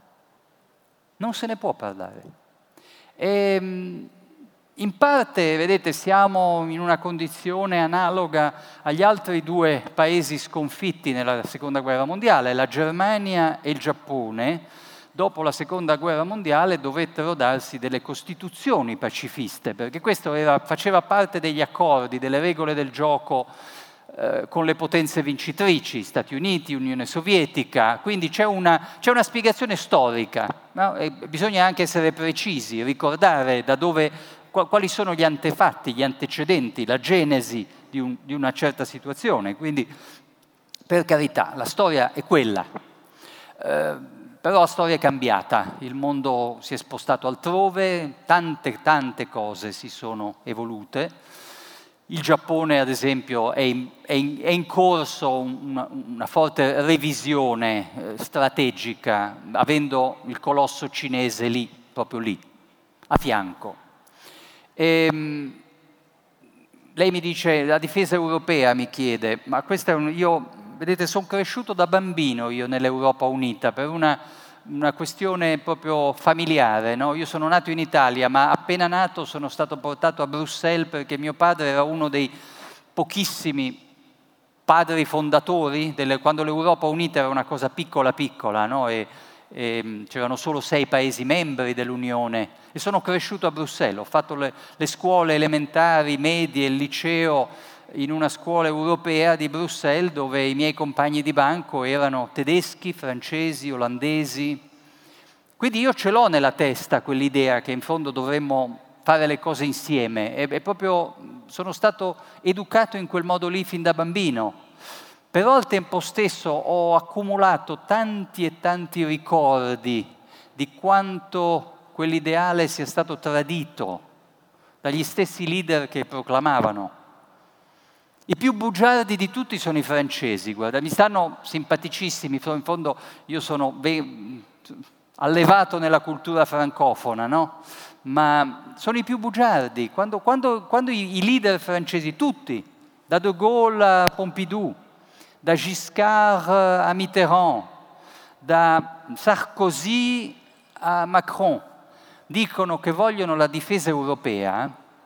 [SPEAKER 1] Non se ne può parlare. E, in parte, vedete, siamo in una condizione analoga agli altri due paesi sconfitti nella Seconda Guerra Mondiale, la Germania e il Giappone. Dopo la Seconda Guerra Mondiale dovettero darsi delle costituzioni pacifiste, perché questo era, faceva parte degli accordi, delle regole del gioco Eh, con le potenze vincitrici, Stati Uniti, Unione Sovietica, quindi c'è una, c'è una spiegazione storica, no? E bisogna anche essere precisi, ricordare da dove, quali sono gli antefatti, gli antecedenti, la genesi di, un, di una certa situazione, quindi per carità, la storia è quella. Eh, però la storia è cambiata, il mondo si è spostato altrove, tante tante cose si sono evolute. Il Giappone, ad esempio, è in, è in, è in corso una, una forte revisione eh, strategica, avendo il colosso cinese lì, proprio lì, a fianco. E, lei mi dice, la difesa europea, mi chiede, ma questa è un, io, vedete, sono cresciuto da bambino io nell'Europa Unita per una, una questione proprio familiare, no? Io sono nato in Italia, ma appena nato sono stato portato a Bruxelles perché mio padre era uno dei pochissimi padri fondatori, delle, quando l'Europa Unita era una cosa piccola piccola, no? E, e c'erano solo sei Paesi membri dell'Unione, e sono cresciuto a Bruxelles, ho fatto le, le scuole elementari, medie, il liceo in una scuola europea di Bruxelles dove i miei compagni di banco erano tedeschi, francesi, olandesi. Quindi io ce l'ho nella testa quell'idea che in fondo dovremmo fare le cose insieme, e, e proprio sono stato educato in quel modo lì fin da bambino. Però al tempo stesso ho accumulato tanti e tanti ricordi di quanto quell'ideale sia stato tradito dagli stessi leader che proclamavano. I più bugiardi di tutti sono i francesi, guarda, mi stanno simpaticissimi, in fondo io sono ben allevato nella cultura francofona, no? Ma sono i più bugiardi. Quando, quando, quando i, i leader francesi, tutti, da De Gaulle a Pompidou, da Giscard a Mitterrand, da Sarkozy a Macron, dicono che vogliono la difesa europea,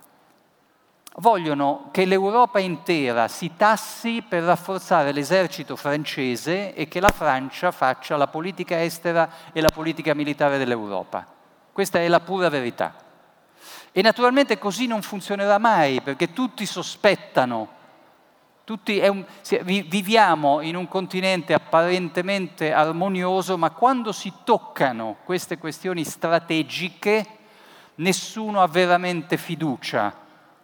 [SPEAKER 1] vogliono che l'Europa intera si tassi per rafforzare l'esercito francese e che la Francia faccia la politica estera e la politica militare dell'Europa. Questa è la pura verità. E naturalmente così non funzionerà mai, perché tutti sospettano. Tutti è un, viviamo in un continente apparentemente armonioso, ma quando si toccano queste questioni strategiche nessuno ha veramente fiducia.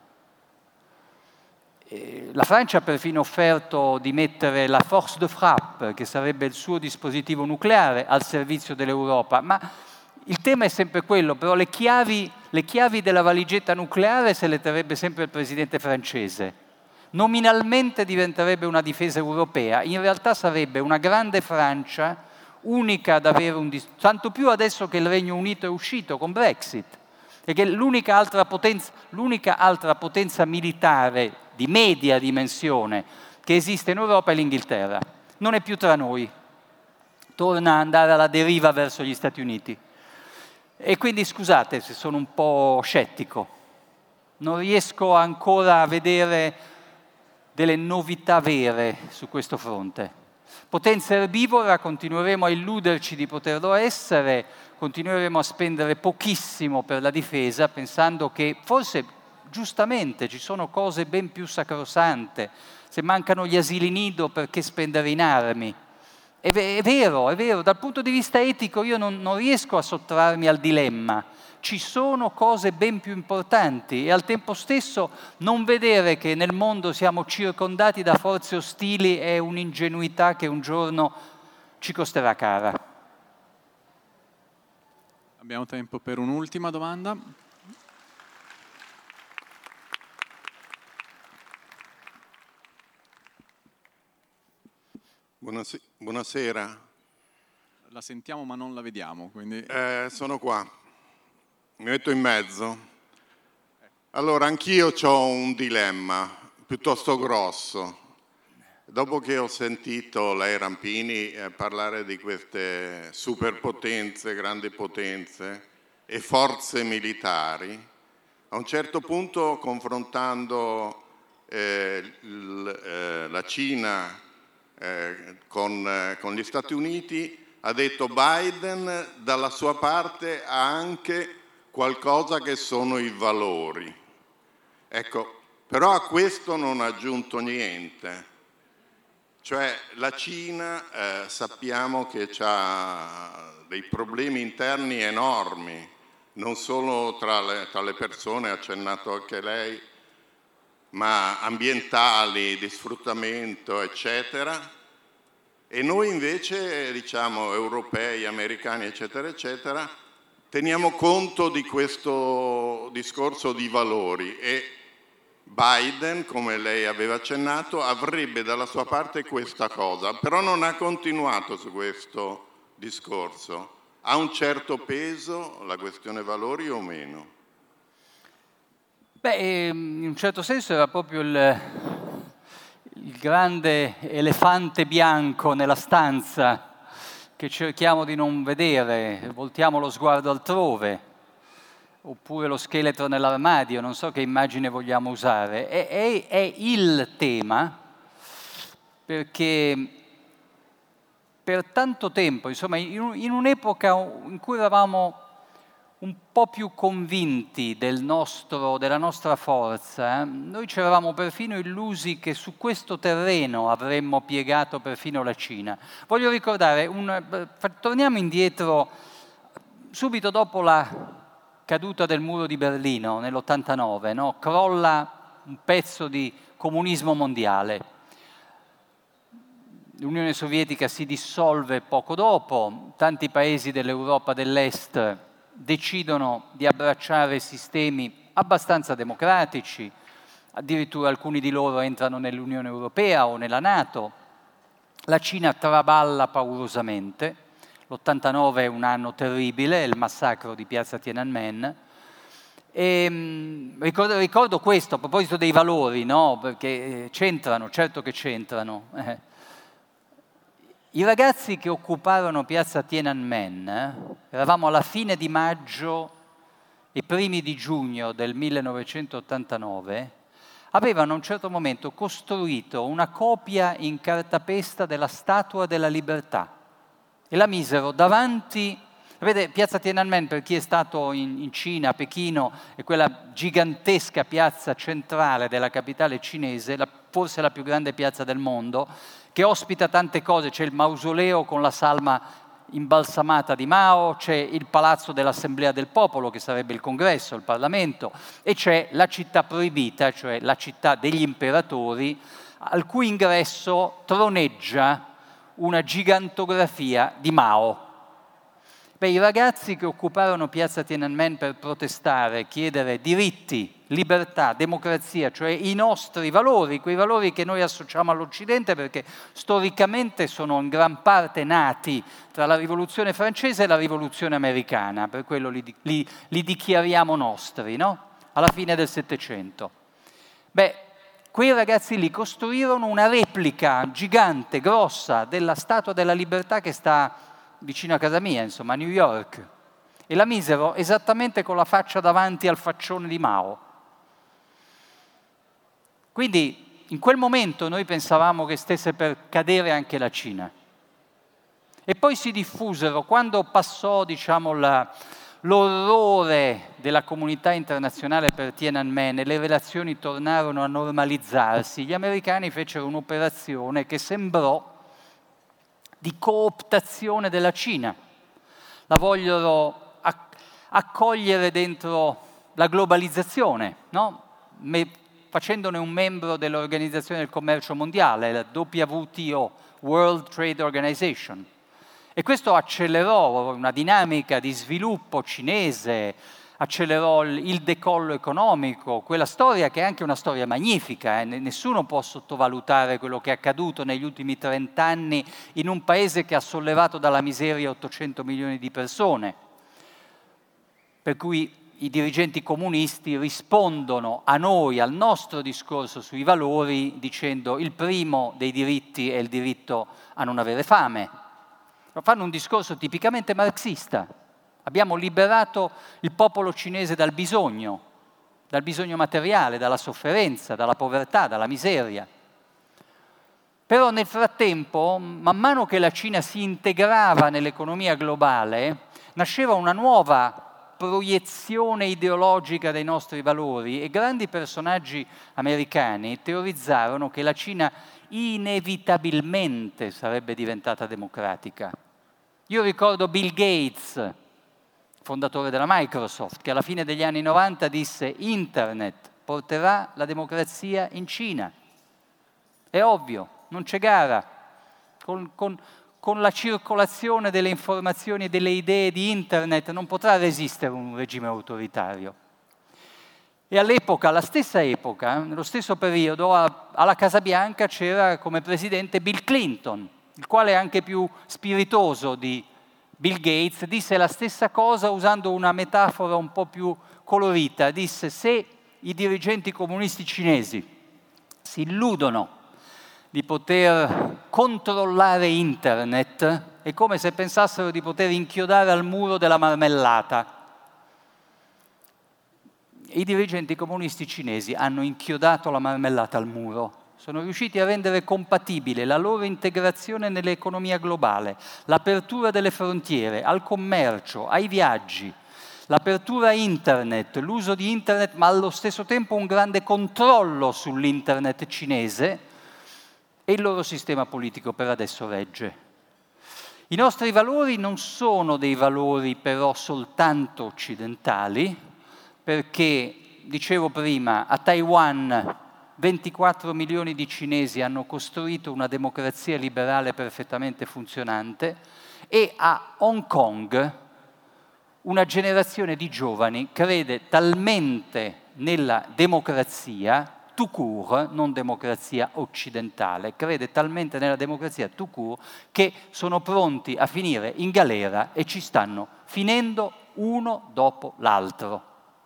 [SPEAKER 1] La Francia ha perfino offerto di mettere la force de frappe, che sarebbe il suo dispositivo nucleare, al servizio dell'Europa, ma il tema è sempre quello, però le chiavi, le chiavi della valigetta nucleare se le terrebbe sempre il presidente francese. Nominalmente diventerebbe una difesa europea, in realtà sarebbe una grande Francia, unica ad avere un... tanto più adesso che il Regno Unito è uscito con Brexit, e che l'unica altra potenza, l'unica altra potenza militare di media dimensione che esiste in Europa è l'Inghilterra. Non è più tra noi, torna ad andare alla deriva verso gli Stati Uniti. E quindi scusate se sono un po' scettico, non riesco ancora a vedere delle novità vere su questo fronte. Potenza erbivora, continueremo a illuderci di poterlo essere, continueremo a spendere pochissimo per la difesa, pensando che forse giustamente ci sono cose ben più sacrosante. Se mancano gli asili nido, perché spendere in armi? È, è vero, è vero, dal punto di vista etico io non, non riesco a sottrarmi al dilemma. Ci sono cose ben più importanti e al tempo stesso non vedere che nel mondo siamo circondati da forze ostili è un'ingenuità che un giorno ci costerà cara.
[SPEAKER 2] Abbiamo tempo per un'ultima domanda.
[SPEAKER 6] Buonasera.
[SPEAKER 2] La sentiamo ma non la vediamo, quindi...
[SPEAKER 6] Eh, sono qua. Mi metto in mezzo. Allora, anch'io ho un dilemma piuttosto grosso. Dopo che ho sentito lei, Rampini, eh, parlare di queste superpotenze, grandi potenze e forze militari, a un certo punto, confrontando eh, il, eh, la Cina eh, con, eh, con gli Stati Uniti, ha detto Biden, dalla sua parte ha anche qualcosa che sono i valori. Ecco, però a questo non ha aggiunto niente. Cioè la Cina eh, sappiamo che ha dei problemi interni enormi, non solo tra le, tra le persone, ha accennato anche lei, ma ambientali, di sfruttamento, eccetera. E noi invece, diciamo, europei, americani, eccetera, eccetera, teniamo conto di questo discorso di valori e Biden, come lei aveva accennato, avrebbe dalla sua parte questa cosa, però non ha continuato su questo discorso. Ha un certo peso la questione valori o meno?
[SPEAKER 1] Beh, in un certo senso era proprio il, il grande elefante bianco nella stanza che cerchiamo di non vedere, voltiamo lo sguardo altrove, oppure lo scheletro nell'armadio, non so che immagine vogliamo usare. È, è, è il tema, perché per tanto tempo, insomma, in, in un'epoca in cui eravamo un po' più convinti del nostro, della nostra forza, eh, noi ci eravamo perfino illusi che su questo terreno avremmo piegato perfino la Cina. Voglio ricordare, un, torniamo indietro subito dopo la caduta del muro di Berlino nell'ottantanove, no? Crolla un pezzo di comunismo mondiale. L'Unione Sovietica si dissolve poco dopo, tanti paesi dell'Europa dell'Est decidono di abbracciare sistemi abbastanza democratici, addirittura alcuni di loro entrano nell'Unione Europea o nella NATO. La Cina traballa paurosamente, l'ottantanove è un anno terribile, è il massacro di piazza Tiananmen. E, mh, ricordo, ricordo questo a proposito dei valori, no? Perché c'entrano, certo che c'entrano. Eh. I ragazzi che occuparono piazza Tiananmen, eh, eravamo alla fine di maggio e primi di giugno del millenovecentottantanove, avevano a un certo momento costruito una copia in cartapesta della Statua della Libertà e la misero davanti. Vede, piazza Tiananmen, per chi è stato in, in Cina, a Pechino, è quella gigantesca piazza centrale della capitale cinese, la, forse la più grande piazza del mondo, che ospita tante cose. C'è il mausoleo con la salma imbalsamata di Mao, c'è il palazzo dell'Assemblea del Popolo, che sarebbe il congresso, il Parlamento, e c'è la città proibita, cioè la città degli imperatori, al cui ingresso troneggia una gigantografia di Mao. Beh, i ragazzi che occuparono piazza Tiananmen per protestare, chiedere diritti, libertà, democrazia, cioè i nostri valori, quei valori che noi associamo all'Occidente perché storicamente sono in gran parte nati tra la Rivoluzione francese e la Rivoluzione americana, per quello li, li, li dichiariamo nostri, no? Alla fine del Settecento. Beh, quei ragazzi lì costruirono una replica gigante, grossa, della Statua della Libertà che sta vicino a casa mia, insomma, a New York, e la misero esattamente con la faccia davanti al faccione di Mao. Quindi in quel momento noi pensavamo che stesse per cadere anche la Cina. E poi si diffusero, quando passò, diciamo, la, l'orrore della comunità internazionale per Tiananmen e le relazioni tornarono a normalizzarsi, gli americani fecero un'operazione che sembrò di cooptazione della Cina. La vogliono acc- accogliere dentro la globalizzazione, no? Me- facendone un membro dell'Organizzazione del Commercio Mondiale, la W T O, World Trade Organization. E questo accelerò una dinamica di sviluppo cinese, accelerò il decollo economico, quella storia che è anche una storia magnifica, eh? Nessuno può sottovalutare quello che è accaduto negli ultimi trent'anni in un paese che ha sollevato dalla miseria ottocento milioni di persone, per cui i dirigenti comunisti rispondono a noi, al nostro discorso sui valori, dicendo il primo dei diritti è il diritto a non avere fame. Fanno un discorso tipicamente marxista. Abbiamo liberato il popolo cinese dal bisogno, dal bisogno materiale, dalla sofferenza, dalla povertà, dalla miseria. Però nel frattempo, man mano che la Cina si integrava nell'economia globale, nasceva una nuova proiezione ideologica dei nostri valori e grandi personaggi americani teorizzarono che la Cina inevitabilmente sarebbe diventata democratica. Io ricordo Bill Gates, fondatore della Microsoft, che alla fine degli anni novanta disse: Internet porterà la democrazia in Cina. È ovvio, non c'è gara. con, con, con la circolazione delle informazioni e delle idee di Internet non potrà resistere un regime autoritario. E all'epoca, alla stessa epoca, nello stesso periodo, a, alla Casa Bianca c'era come presidente Bill Clinton, il quale è anche più spiritoso di Bill Gates, disse la stessa cosa usando una metafora un po' più colorita. Disse: se i dirigenti comunisti cinesi si illudono di poter controllare Internet, è come se pensassero di poter inchiodare al muro della marmellata. I dirigenti comunisti cinesi hanno inchiodato la marmellata al muro. Sono riusciti a rendere compatibile la loro integrazione nell'economia globale, l'apertura delle frontiere, al commercio, ai viaggi, l'apertura a Internet, l'uso di Internet, ma allo stesso tempo un grande controllo sull'Internet cinese, e il loro sistema politico per adesso regge. I nostri valori non sono dei valori però soltanto occidentali, perché, dicevo prima, a Taiwan ventiquattro milioni di cinesi hanno costruito una democrazia liberale perfettamente funzionante, e a Hong Kong una generazione di giovani crede talmente nella democrazia tout court, non democrazia occidentale, crede talmente nella democrazia tout court che sono pronti a finire in galera e ci stanno finendo uno dopo l'altro.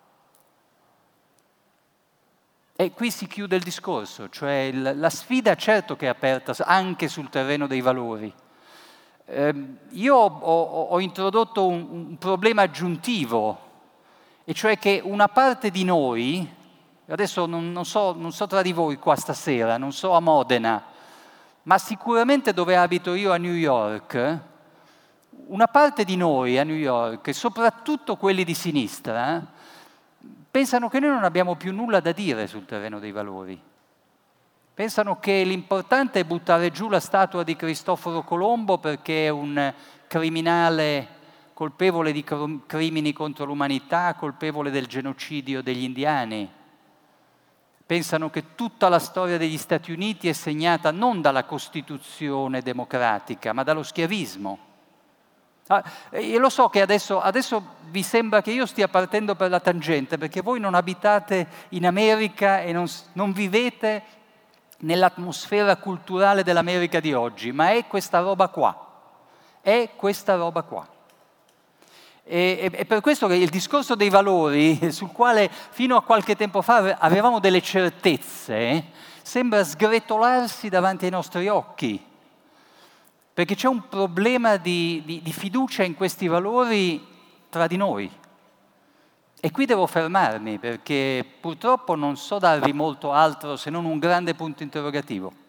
[SPEAKER 1] E qui si chiude il discorso, cioè il, la sfida certo che è aperta anche sul terreno dei valori. Eh, io ho, ho introdotto un, un problema aggiuntivo, e cioè che una parte di noi, adesso non, non, so, non so tra di voi qua stasera, non so a Modena, ma sicuramente dove abito io a New York, una parte di noi a New York, soprattutto quelli di sinistra, pensano che noi non abbiamo più nulla da dire sul terreno dei valori. Pensano che l'importante è buttare giù la statua di Cristoforo Colombo perché è un criminale colpevole di crimini contro l'umanità, colpevole del genocidio degli indiani. Pensano che tutta la storia degli Stati Uniti è segnata non dalla Costituzione democratica, ma dallo schiavismo. Ah, io lo so che adesso, adesso vi sembra che io stia partendo per la tangente, perché voi non abitate in America e non, non vivete nell'atmosfera culturale dell'America di oggi, ma è questa roba qua, è questa roba qua. E, è per questo che il discorso dei valori, sul quale fino a qualche tempo fa avevamo delle certezze, sembra sgretolarsi davanti ai nostri occhi. Perché c'è un problema di, di, di fiducia in questi valori tra di noi. E qui devo fermarmi, perché purtroppo non so darvi molto altro se non un grande punto interrogativo.